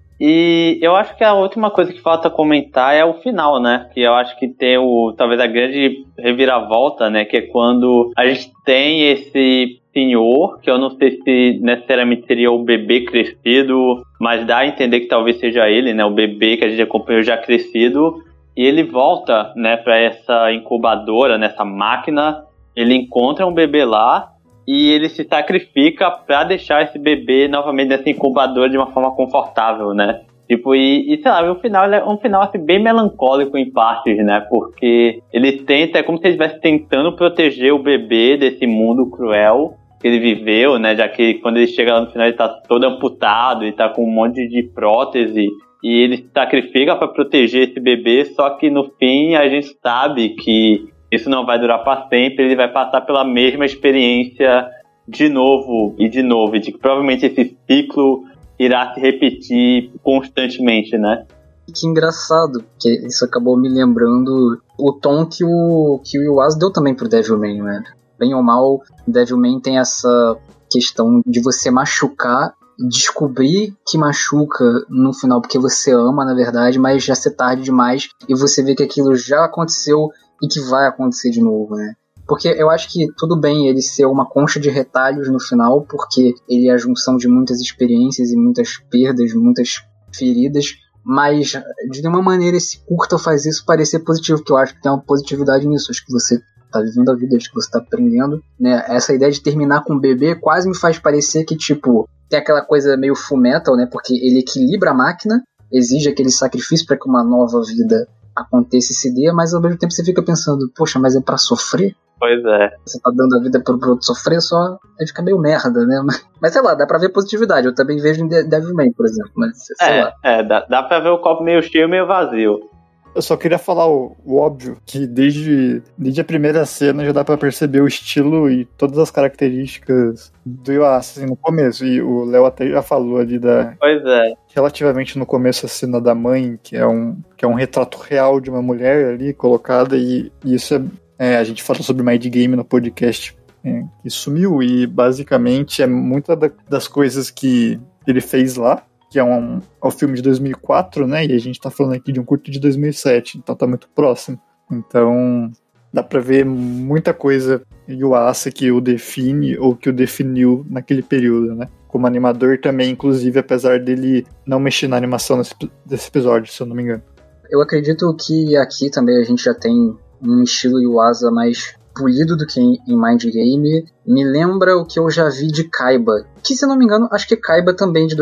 E eu acho que a última coisa que falta comentar é o final, né? Que eu acho que tem talvez a grande reviravolta, né? Que é quando a gente tem esse senhor, que eu não sei se necessariamente seria o bebê crescido, mas dá a entender que talvez seja ele, né? O bebê que a gente acompanhou já crescido. E ele volta, né, para essa incubadora, nessa máquina. Ele encontra um bebê lá e ele se sacrifica para deixar esse bebê novamente nessa incubadora de uma forma confortável, né? Tipo, sei lá, o final é um final assim, bem melancólico em partes, né? Porque ele tenta, é como se ele estivesse tentando proteger o bebê desse mundo cruel que ele viveu, né? Já que quando ele chega lá no final ele tá todo amputado e tá com um monte de prótese. E ele se sacrifica para proteger esse bebê, só que no fim a gente sabe que isso não vai durar para sempre, ele vai passar pela mesma experiência de novo, e de que provavelmente esse ciclo irá se repetir constantemente, né? Que engraçado, que isso acabou me lembrando o tom que o Yuasa deu também pro Devilman, né? Bem ou mal, o Devilman tem essa questão de você machucar, descobrir que machuca no final porque você ama, na verdade, mas já ser tarde demais e você vê que aquilo já aconteceu e que vai acontecer de novo, né? Porque eu acho que tudo bem ele ser uma concha de retalhos no final, porque ele é a junção de muitas experiências e muitas perdas, muitas feridas, mas de nenhuma maneira esse curta faz isso parecer positivo, que eu acho que tem uma positividade nisso. Acho que você tá vivendo a vida, acho que você tá aprendendo, né? Essa ideia de terminar com um bebê quase me faz parecer que, tipo, tem aquela coisa meio Fullmetal, né? Porque ele equilibra a máquina, exige aquele sacrifício para que uma nova vida aconteça e se dê, mas ao mesmo tempo você fica pensando, poxa, mas é pra sofrer? Pois é. Você tá dando a vida pro outro sofrer, só aí fica meio merda, né? Mas sei lá, dá pra ver positividade. Eu também vejo em Devilman, por exemplo, mas sei lá. Dá pra ver o copo meio cheio e meio vazio. Eu só queria falar o óbvio, que desde a primeira cena já dá pra perceber o estilo e todas as características do Yuasa, assim, no começo. E o Léo até já falou ali Pois é. relativamente no começo a cena da mãe, que é um retrato real de uma mulher ali colocada, e isso a gente falou sobre Mind Game no podcast que sumiu, e basicamente é muita das coisas que ele fez lá, que é um filme de 2004, né? E a gente tá falando aqui de um curto de 2007, então tá muito próximo. Então dá pra ver muita coisa Yuasa que o define ou que o definiu naquele período, né? Como animador também, inclusive, apesar dele não mexer na animação desse episódio, se eu não me engano. Eu acredito que aqui também a gente já tem um estilo Yuasa mais polido do que em Mind Game. Me lembra o que eu já vi de Kaiba, que, se eu não me engano, acho que Kaiba também de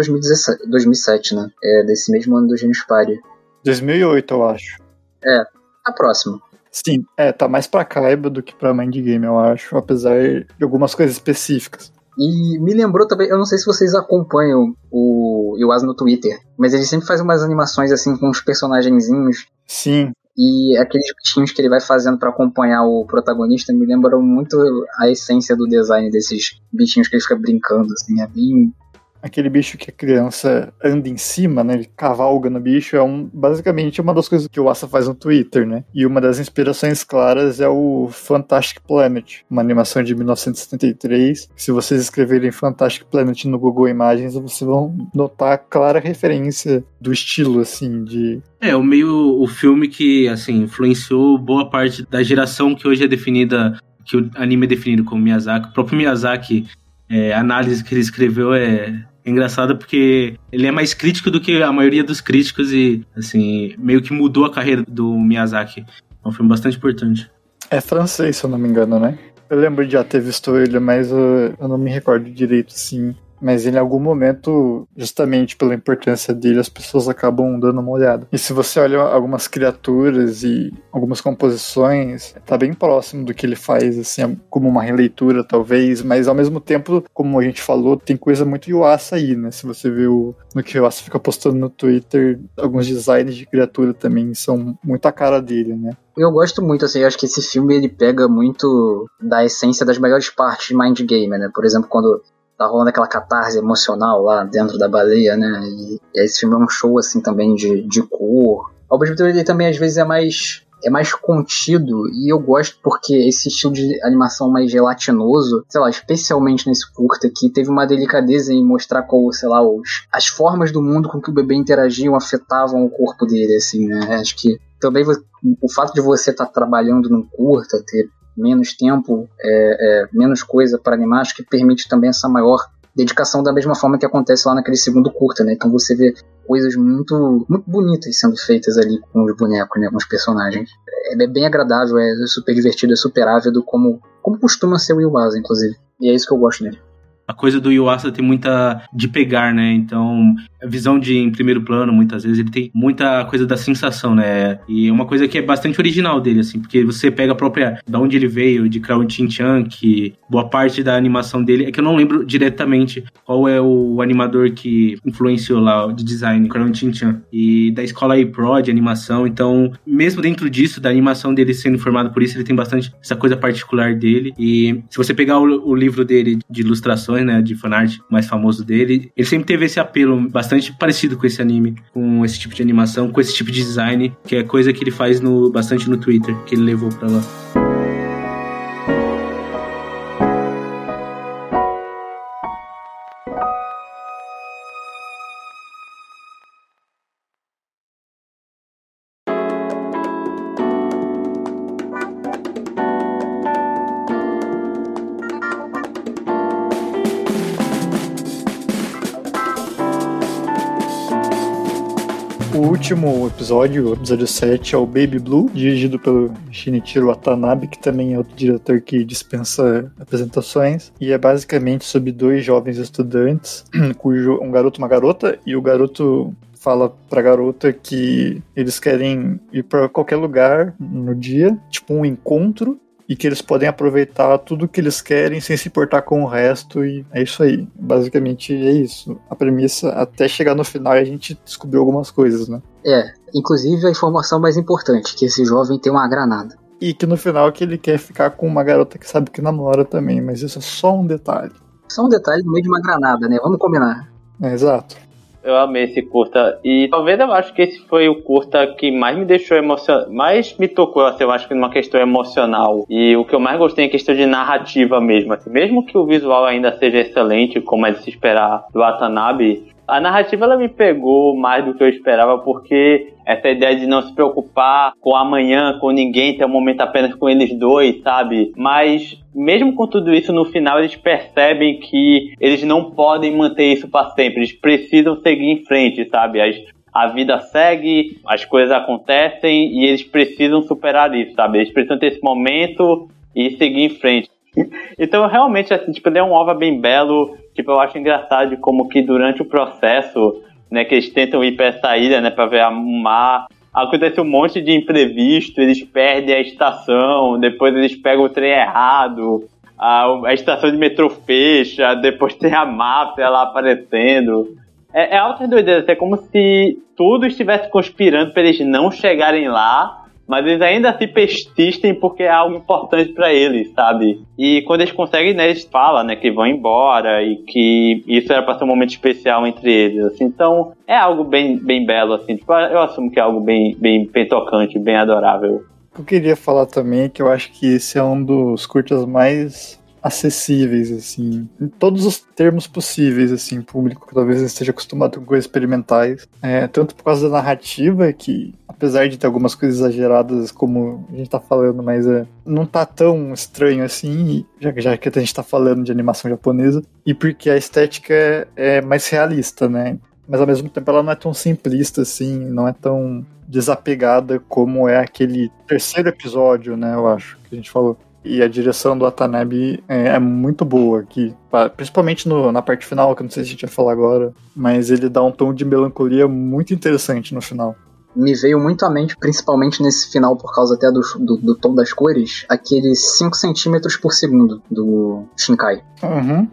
2007, né? É desse mesmo ano do Genius Party. 2008, eu acho. A próxima. Sim, tá mais pra Kaiba do que pra Mind Game, eu acho, apesar de algumas coisas específicas. E me lembrou também, eu não sei se vocês acompanham o Yuasa no Twitter, mas ele sempre faz umas animações assim com uns personagenzinhos. Sim. E aqueles bichinhos que ele vai fazendo pra acompanhar o protagonista me lembram muito a essência do design desses bichinhos que ele fica brincando, assim, é bem... Aquele bicho que a criança anda em cima, né? Ele cavalga no bicho, basicamente uma das coisas que o Asa faz no Twitter, né? E uma das inspirações claras é o Fantastic Planet, uma animação de 1973. Se vocês escreverem Fantastic Planet no Google Imagens, vocês vão notar a clara referência do estilo, assim, de... o filme que, assim, influenciou boa parte da geração que hoje é definida, que o anime é definido como Miyazaki. O próprio Miyazaki, a análise que ele escreveu é engraçada porque ele é mais crítico do que a maioria dos críticos e, assim, meio que mudou a carreira do Miyazaki. É um filme bastante importante. É francês, se eu não me engano, né? Eu lembro de já ter visto ele, mas eu não me recordo direito, sim. Mas em algum momento, justamente pela importância dele, as pessoas acabam dando uma olhada. E se você olha algumas criaturas e algumas composições, tá bem próximo do que ele faz, assim, como uma releitura, talvez, mas ao mesmo tempo, como a gente falou, tem coisa muito Yuasa aí, né? Se você vê no que o Yuasa fica postando no Twitter, alguns designs de criatura também são muito a cara dele, né? Eu gosto muito, assim, eu acho que esse filme ele pega muito da essência das melhores partes de Mind Game, né? Por exemplo, quando tá rolando aquela catarse emocional lá dentro da baleia, né? E esse filme é um show, assim, também de cor. Ao mesmo tempo, ele também, às vezes, é mais é mais contido, e eu gosto porque esse estilo de animação mais gelatinoso, sei lá, especialmente nesse curta aqui, teve uma delicadeza em mostrar como, sei lá, as formas do mundo com que o bebê interagiam afetavam o corpo dele, assim, né? Acho que também o fato de você estar trabalhando num curta, ter menos tempo, menos coisa para animar, acho que permite também essa maior dedicação da mesma forma que acontece lá naquele segundo curta, né? Então você vê coisas muito, muito bonitas sendo feitas ali com os bonecos, né? Com os personagens. É bem agradável, é super divertido, é super ávido, como costuma ser o Yuasa, inclusive. E é isso que eu gosto dele. A coisa do Yuasa tem muita de pegar, né? Então, a visão em primeiro plano, muitas vezes, ele tem muita coisa da sensação, né? E é uma coisa que é bastante original dele, assim, porque você pega a própria, da onde ele veio, de Crayon Shin-chan, que boa parte da animação dele, é que eu não lembro diretamente qual é o animador que influenciou lá de design, Crayon Shin-chan, e da escola A-Pro de animação. Então, mesmo dentro disso, da animação dele sendo formado por isso, ele tem bastante essa coisa particular dele. E se você pegar o livro dele de ilustrações, né, de fanart mais famoso dele, ele sempre teve esse apelo bastante parecido com esse anime, com esse tipo de animação, com esse tipo de design, que é coisa que ele faz bastante no Twitter, que ele levou pra lá. O último episódio, o episódio 7, é o Baby Blue, dirigido pelo Shinichiro Watanabe, que também é outro diretor que dispensa apresentações, e é basicamente sobre dois jovens estudantes, um garoto e uma garota, e o garoto fala pra garota que eles querem ir pra qualquer lugar no dia, tipo um encontro, e que eles podem aproveitar tudo que eles querem sem se importar com o resto, e é isso aí. Basicamente é isso. A premissa, até chegar no final, a gente descobriu algumas coisas, né? Inclusive a informação mais importante, que esse jovem tem uma granada. E que no final que ele quer ficar com uma garota que sabe que namora também, mas isso é só um detalhe. Só um detalhe no meio de uma granada, né? Vamos combinar. Exato. Eu amei esse curta. E talvez eu acho que esse foi o curta que mais me deixou emocionado, mais me tocou, assim, eu acho que numa questão emocional. E o que eu mais gostei é a questão de narrativa mesmo. Assim, mesmo que o visual ainda seja excelente, como é de se esperar do Watanabe, a narrativa ela me pegou mais do que eu esperava, porque essa ideia de não se preocupar com amanhã, com ninguém, ter um momento apenas com eles dois, sabe? Mas mesmo com tudo isso, no final eles percebem que eles não podem manter isso para sempre, eles precisam seguir em frente, sabe? A vida segue, as coisas acontecem e eles precisam superar isso, sabe? Eles precisam ter esse momento e seguir em frente. Então, realmente, assim, tipo, ele é um OVA bem belo. Tipo, eu acho engraçado de como que durante o processo, né, que eles tentam ir pra essa ilha, né, pra ver o mar, acontece um monte de imprevisto, eles perdem a estação, depois eles pegam o trem errado, a estação de metrô fecha, depois tem a máfia lá aparecendo. É altas doideiras, é como se tudo estivesse conspirando pra eles não chegarem lá, mas eles ainda se persistem porque é algo importante pra eles, sabe? E quando eles conseguem, né, eles falam, né, que vão embora e que isso era pra ser um momento especial entre eles, assim. Então, é algo bem, bem belo, assim. Tipo, eu assumo que é algo bem, bem, bem tocante, bem adorável. O que eu queria falar também é que eu acho que esse é um dos curtas mais acessíveis, assim, em todos os termos possíveis, assim, público que talvez esteja acostumado com coisas experimentais, tanto por causa da narrativa, que apesar de ter algumas coisas exageradas, como a gente tá falando, mas não tá tão estranho assim, já que a gente tá falando de animação japonesa, e porque a estética é mais realista, né, mas ao mesmo tempo ela não é tão simplista, assim, não é tão desapegada como é aquele terceiro episódio, né, eu acho, que a gente falou. E a direção do Watanabe é muito boa aqui, principalmente na parte final, que eu não sei se a gente vai falar agora, mas ele dá um tom de melancolia muito interessante no final. Me veio muito à mente, principalmente nesse final, por causa até do tom das cores, aqueles 5 centímetros por segundo do Shinkai. Uhum.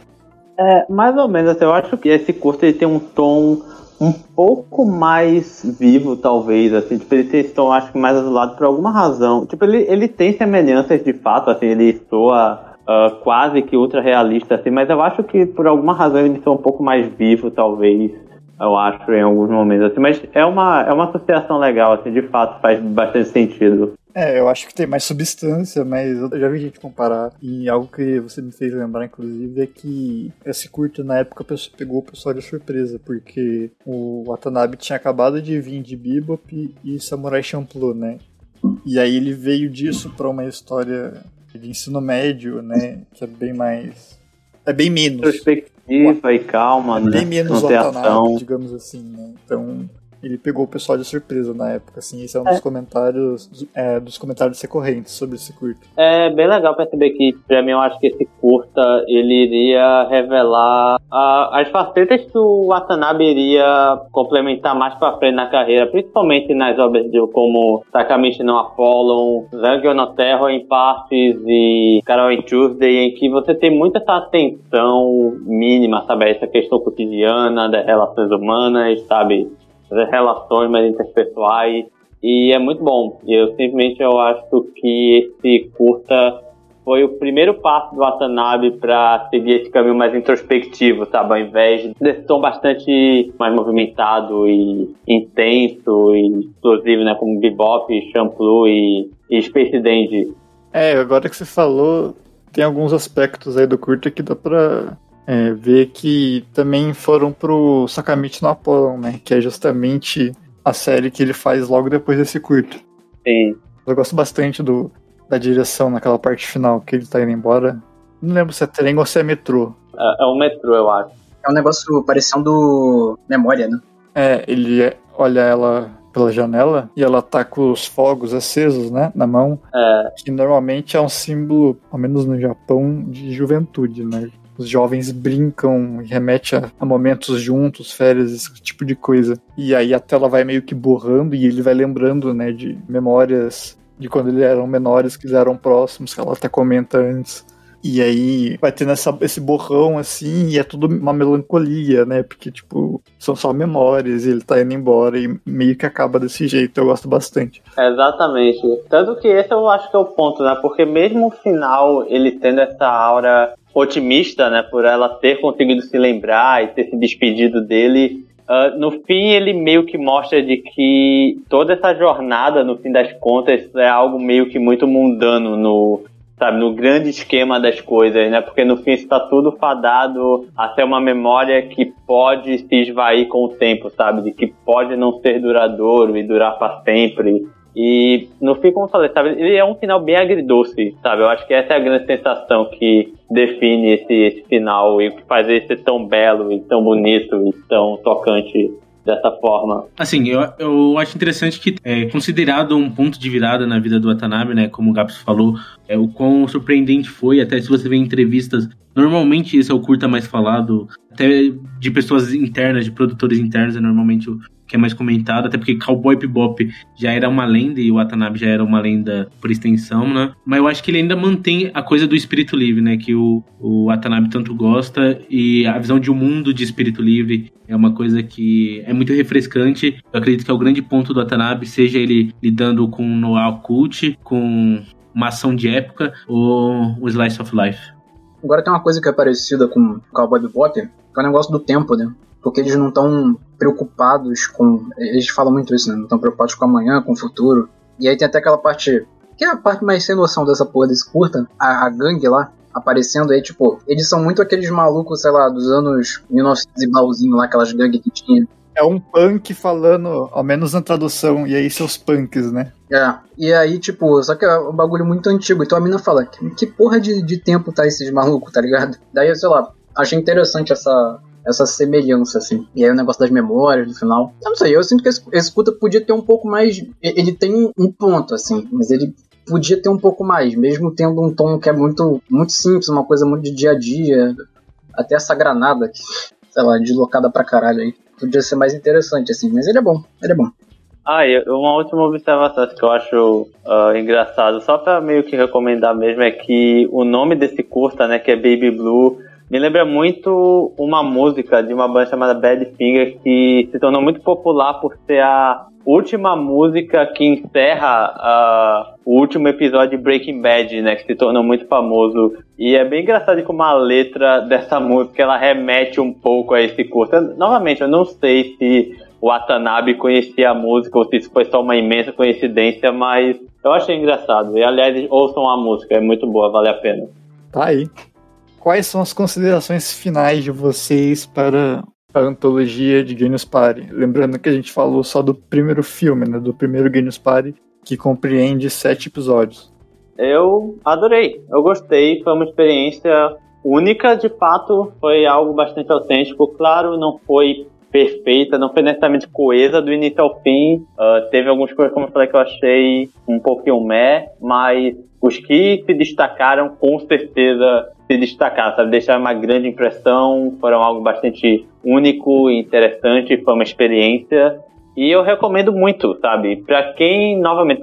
Mais ou menos, assim, eu acho que esse curto ele tem um tom um pouco mais vivo, talvez, assim, tipo, ele tem esse tom, acho que mais azulado por alguma razão. Tipo, ele tem semelhanças de fato, assim, ele soa quase que ultra realista, assim, mas eu acho que por alguma razão ele soa um pouco mais vivo, talvez, eu acho, em alguns momentos, assim, mas é uma associação legal, assim, de fato, faz bastante sentido. Eu acho que tem mais substância, mas eu já vi gente comparar. E algo que você me fez lembrar, inclusive, é que esse curta, na época, pegou o pessoal de surpresa, porque o Watanabe tinha acabado de vir de Bebop e Samurai Champloo, né? E aí ele veio disso pra uma história de ensino médio, né? Que é bem mais... É bem menos... Perspectiva e calma, né? Bem menos Watanabe, digamos assim, né? Então... Ele pegou o pessoal de surpresa na época, assim, esse é um dos comentários recorrentes sobre esse curta. É bem legal perceber que, pra mim, eu acho que esse curta, ele iria revelar as facetas que o Watanabe iria complementar mais pra frente na carreira, principalmente nas obras como Takamichi no Apollon, Zangief no Terror em partes e Carol in Tuesday, em que você tem muita essa atenção mínima, sabe, essa questão cotidiana das relações humanas, sabe, das relações mais interpessoais, e é muito bom. Eu simplesmente acho que esse curta foi o primeiro passo do Watanabe para seguir esse caminho mais introspectivo, sabe, ao invés desse tom bastante mais movimentado e intenso e explosivo, né, como Bebop, Champloo e Space Dandy. Agora que você falou, tem alguns aspectos aí do curta que dá pra ver que também foram pro Sakamichi no Apollon, né? Que é justamente a série que ele faz logo depois desse curto. Sim. Eu gosto bastante da direção naquela parte final, que ele tá indo embora. Não lembro se é trem ou se é metrô. É um metrô, eu acho. É um negócio parecendo memória, né? Ele olha ela pela janela e ela tá com os fogos acesos, né, na mão. Que normalmente é um símbolo, ao menos no Japão, de juventude, né? Os jovens brincam e remete a momentos juntos, férias, esse tipo de coisa. E aí a tela vai meio que borrando e ele vai lembrando, né, de memórias de quando eles eram menores, que eles eram próximos, que ela até comenta antes. E aí vai tendo esse borrão, assim, e é tudo uma melancolia, né? Porque, tipo, são só memórias e ele tá indo embora e meio que acaba desse jeito. Eu gosto bastante. Exatamente. Tanto que esse eu acho que é o ponto, né? Porque mesmo o final, ele tendo essa aura otimista, né? Por ela ter conseguido se lembrar e ter se despedido dele... no fim, ele meio que mostra de que toda essa jornada, no fim das contas, é algo meio que muito mundano no grande esquema das coisas, né? Porque no fim está tudo fadado a ser uma memória que pode se esvair com o tempo, sabe? De que pode não ser duradouro e durar para sempre. E no fim, como eu falei, sabe? Ele é um final bem agridoce, sabe? Eu acho que essa é a grande sensação que define esse final e que faz ele ser tão belo e tão bonito e tão tocante dessa forma. Assim, eu acho interessante que é considerado um ponto de virada na vida do Watanabe, né? Como o Gabs falou, o quão surpreendente foi, até se você vê em entrevistas, normalmente esse é o curta mais falado, até de pessoas internas, de produtores internos, é normalmente o que é mais comentado, até porque Cowboy Bebop já era uma lenda e o Watanabe já era uma lenda por extensão, né? Mas eu acho que ele ainda mantém a coisa do espírito livre, né? Que o Watanabe tanto gosta, e a visão de um mundo de espírito livre é uma coisa que é muito refrescante. Eu acredito que é o grande ponto do Watanabe, seja ele lidando com um noir cult, com uma ação de época ou o Slice of Life. Agora tem uma coisa que é parecida com Cowboy Bebop, que é o negócio do tempo, né? Porque eles não estão preocupados com... Eles falam muito isso, né? Não estão preocupados com amanhã, com o futuro. E aí tem até aquela parte... Que é a parte mais sem noção dessa porra desse curta. A gangue lá, aparecendo aí, tipo... Eles são muito aqueles malucos, sei lá, dos anos 1900 e blauzinho lá, aquelas gangues que tinha. É um punk falando, ao menos na tradução, e aí seus punks, né? E aí, tipo, só que é um bagulho muito antigo. Então a mina fala, que porra de tempo tá esses malucos, tá ligado? Daí, sei lá, achei interessante essa semelhança, assim. E aí o negócio das memórias, no final. Eu não sei, eu sinto que esse curta podia ter um pouco mais... Ele tem um ponto, assim, mas ele podia ter um pouco mais, mesmo tendo um tom que é muito, muito simples, uma coisa muito de dia a dia. Até essa granada, que, sei lá, deslocada pra caralho aí. Podia ser mais interessante, assim, mas ele é bom. E uma última observação que eu acho engraçado, só pra meio que recomendar mesmo, é que o nome desse curta, né, que é Baby Blue, me lembra muito uma música de uma banda chamada Badfinger, que se tornou muito popular por ser a última música que encerra o último episódio de Breaking Bad, né, que se tornou muito famoso. E é bem engraçado como a letra dessa música, ela remete um pouco a esse curta. Novamente, eu não sei se o Watanabe conhecia a música ou se isso foi só uma imensa coincidência, mas Eu achei engraçado. E, aliás, ouçam a música, é muito boa, vale a pena. Tá aí. Quais são as considerações finais de vocês para a antologia de Genius Party? Lembrando que a gente falou só do primeiro filme, né? Do primeiro Genius Party, que compreende 7 episódios. Eu adorei, eu gostei, foi uma experiência única, de fato, foi algo bastante autêntico. Claro, não foi perfeita, não foi necessariamente coesa do início ao fim. Teve algumas coisas, como eu falei, que eu achei um pouquinho mas os que se destacaram, com certeza se destacaram, sabe? Deixaram uma grande impressão, foram algo bastante único e interessante, foi uma experiência. E eu recomendo muito, sabe? Pra quem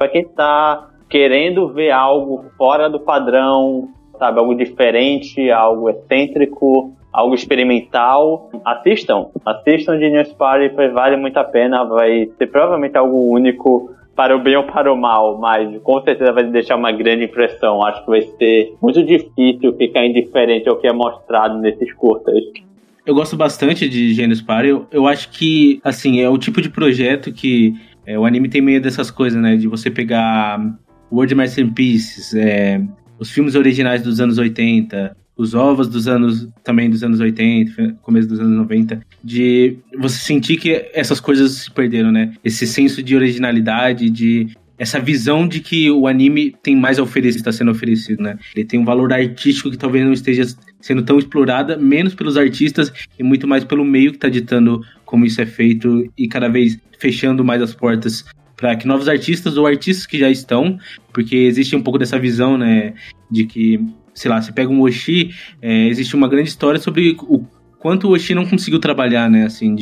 tá querendo ver algo fora do padrão, sabe? Algo diferente, algo excêntrico, algo experimental, assistam Genius Party, vale muito a pena, vai ser provavelmente algo único, para o bem ou para o mal, mas com certeza vai deixar uma grande impressão. Acho que vai ser muito difícil ficar indiferente ao que é mostrado nesses curtas. Eu gosto bastante de Genius Party. Eu acho que, assim, é o tipo de projeto que o anime tem meio dessas coisas, né? De você pegar World Masterpieces, os filmes originais dos anos 80, os ovos dos anos 80, começo dos anos 90, de você sentir que essas coisas se perderam, né? Esse senso de originalidade, de essa visão de que o anime tem mais a oferecer, está sendo oferecido, né? Ele tem um valor artístico que talvez não esteja sendo tão explorada, menos pelos artistas e muito mais pelo meio que está ditando como isso é feito e cada vez fechando mais as portas para que novos artistas ou artistas que já estão, porque existe um pouco dessa visão, né, de que, sei lá, você pega um Oshii, existe uma grande história sobre o quanto o Oshii não conseguiu trabalhar, né, assim,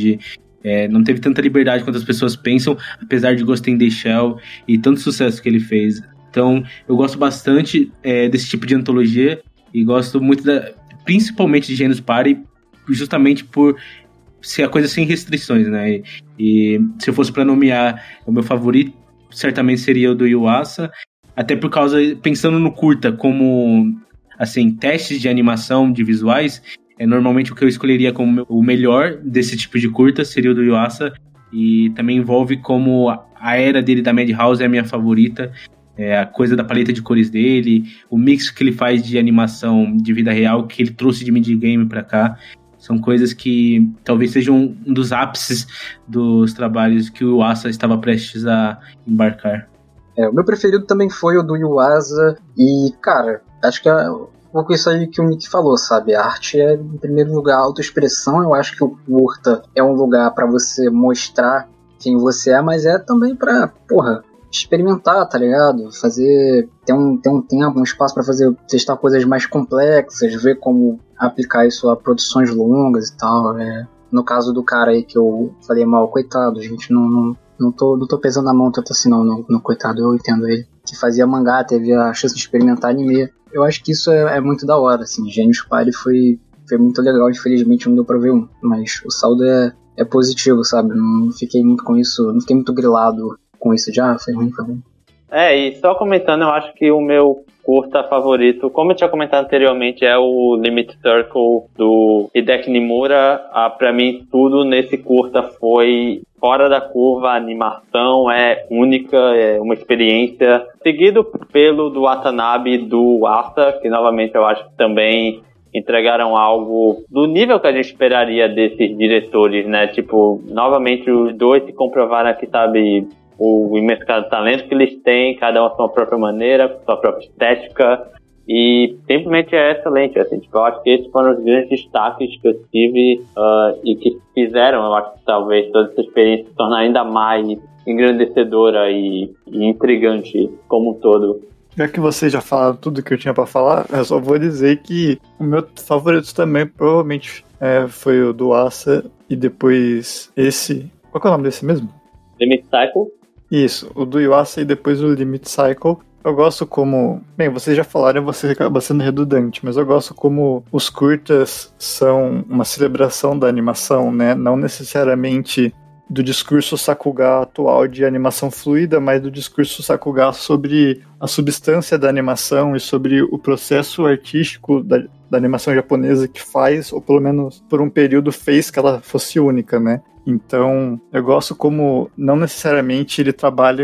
não teve tanta liberdade quanto as pessoas pensam, apesar de Ghost in the Shell e tanto sucesso que ele fez. Então, eu gosto bastante desse tipo de antologia e gosto muito, principalmente de Genius Party, justamente por ser a coisa sem restrições, né? E se eu fosse para nomear o meu favorito, certamente seria o do Yuasa, até por causa, pensando no curta como, assim, testes de animação, de visuais, normalmente o que eu escolheria como o melhor desse tipo de curta seria o do Yuasa, e também envolve como a era dele da Madhouse é a minha favorita, a coisa da paleta de cores dele, o mix que ele faz de animação de vida real, que ele trouxe de minigame pra cá. São coisas que talvez sejam um dos ápices dos trabalhos que o Yuasa estava prestes a embarcar. O meu preferido também foi o do Yuasa. E, cara, acho que é um pouco isso aí que o Nick falou, sabe? A arte é, em primeiro lugar, autoexpressão. Eu acho que o curta é um lugar pra você mostrar quem você é, mas é também pra, experimentar, tá ligado? Ter um tempo, um espaço pra testar coisas mais complexas, ver como aplicar isso a produções longas e tal. No caso do cara aí que eu falei mal, coitado, gente, não tô pesando na mão tanto assim não, no coitado, eu entendo ele. Que fazia mangá, teve a chance de experimentar anime. Eu acho que isso é muito da hora, assim. Genius Party foi muito legal, infelizmente não deu pra ver mas o saldo é positivo, sabe? Não fiquei muito com isso, não fiquei muito grilado com isso já, foi ruim, foi bom. E só comentando, eu acho que o meu curta favorito, como eu tinha comentado anteriormente, é o Limit Circle do Hideki Nimura. Pra mim, tudo nesse curta foi fora da curva, a animação é única, é uma experiência. Seguido pelo do Watanabe, do Asa, que novamente eu acho que também entregaram algo do nível que a gente esperaria desses diretores, né? Tipo, novamente os dois se comprovaram que, sabe, o imenso talento que eles têm, cada um a sua própria maneira, sua própria estética, e simplesmente é excelente, assim, tipo, eu acho que esses foram os grandes destaques que eu tive e que fizeram, eu acho que talvez toda essa experiência se tornar ainda mais engrandecedora e intrigante como um todo. Já que vocês já falaram tudo que eu tinha pra falar, eu só vou dizer que o meu favorito também provavelmente foi o do Asa e depois esse... Qual que é o nome desse mesmo? Limit Cycle? Isso, o do Yuasa e depois o Limit Cycle. Eu gosto como... Bem, vocês já falaram, você acaba sendo redundante, mas eu gosto como os curtas são uma celebração da animação, né? Não necessariamente do discurso Sakuga atual de animação fluida, mas do discurso Sakuga sobre a substância da animação e sobre o processo artístico da animação japonesa que faz, ou pelo menos por um período fez que ela fosse única, né? Então, eu gosto como não necessariamente ele trabalha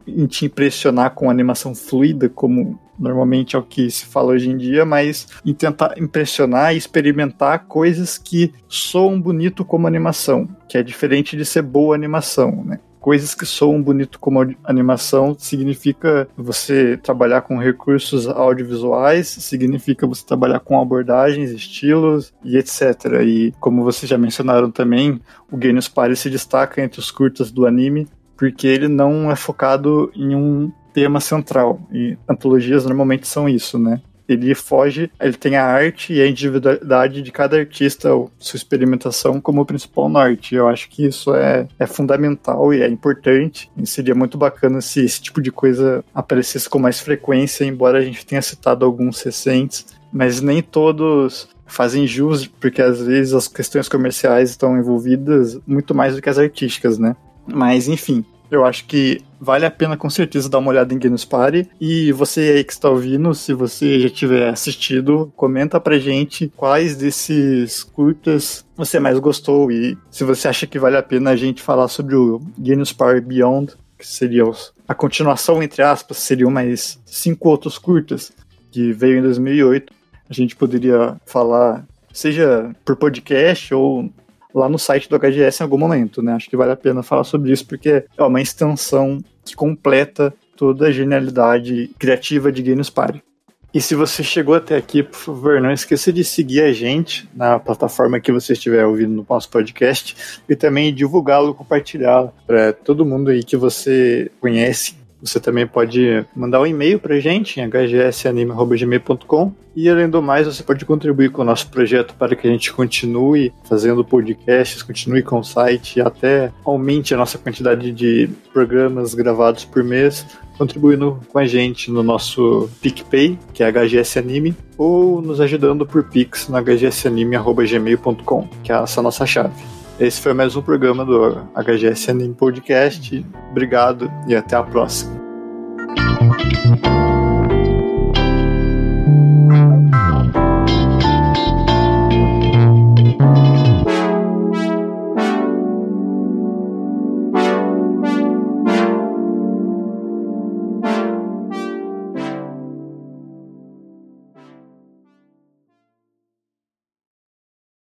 em te impressionar com animação fluida, como normalmente é o que se fala hoje em dia, mas em tentar impressionar e experimentar coisas que soam bonito como animação, que é diferente de ser boa animação, né? Coisas que soam bonito como animação significa você trabalhar com recursos audiovisuais, significa você trabalhar com abordagens, estilos e etc. E como vocês já mencionaram também, o Genius Party se destaca entre os curtas do anime porque ele não é focado em um tema central. E antologias normalmente são isso, né? Ele foge, ele tem a arte e a individualidade de cada artista, sua experimentação como o principal norte. Eu acho que isso é fundamental e é importante. E seria muito bacana se esse tipo de coisa aparecesse com mais frequência, embora a gente tenha citado alguns recentes, mas nem todos fazem jus, porque às vezes as questões comerciais estão envolvidas muito mais do que as artísticas, né? Mas, enfim, eu acho que vale a pena com certeza dar uma olhada em Genius Party. E você aí que está ouvindo, se você já tiver assistido, comenta pra gente quais desses curtas você mais gostou e se você acha que vale a pena a gente falar sobre o Genius Party Beyond, que seria a continuação, entre aspas, seriam mais 5 outros curtas que veio em 2008. A gente poderia falar, seja por podcast ou lá no site do HGS em algum momento, né? Acho que vale a pena falar sobre isso, porque é uma extensão que completa toda a genialidade criativa de Genius Party. E se você chegou até aqui, por favor, não esqueça de seguir a gente na plataforma que você estiver ouvindo no nosso podcast e também divulgá-lo, compartilhá-lo para todo mundo aí que você conhece. Você também pode mandar um e-mail pra gente em hgsanime@gmail.com e, além do mais, você pode contribuir com o nosso projeto para que a gente continue fazendo podcasts, continue com o site e até aumente a nossa quantidade de programas gravados por mês, contribuindo com a gente no nosso PicPay, que é hgsanime, ou nos ajudando por Pix no hgsanime@gmail.com, que é essa nossa chave. Esse foi mais um programa do HGS Anime Podcast. Obrigado e até a próxima.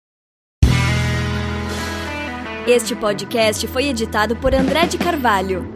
Este podcast foi editado por André de Carvalho.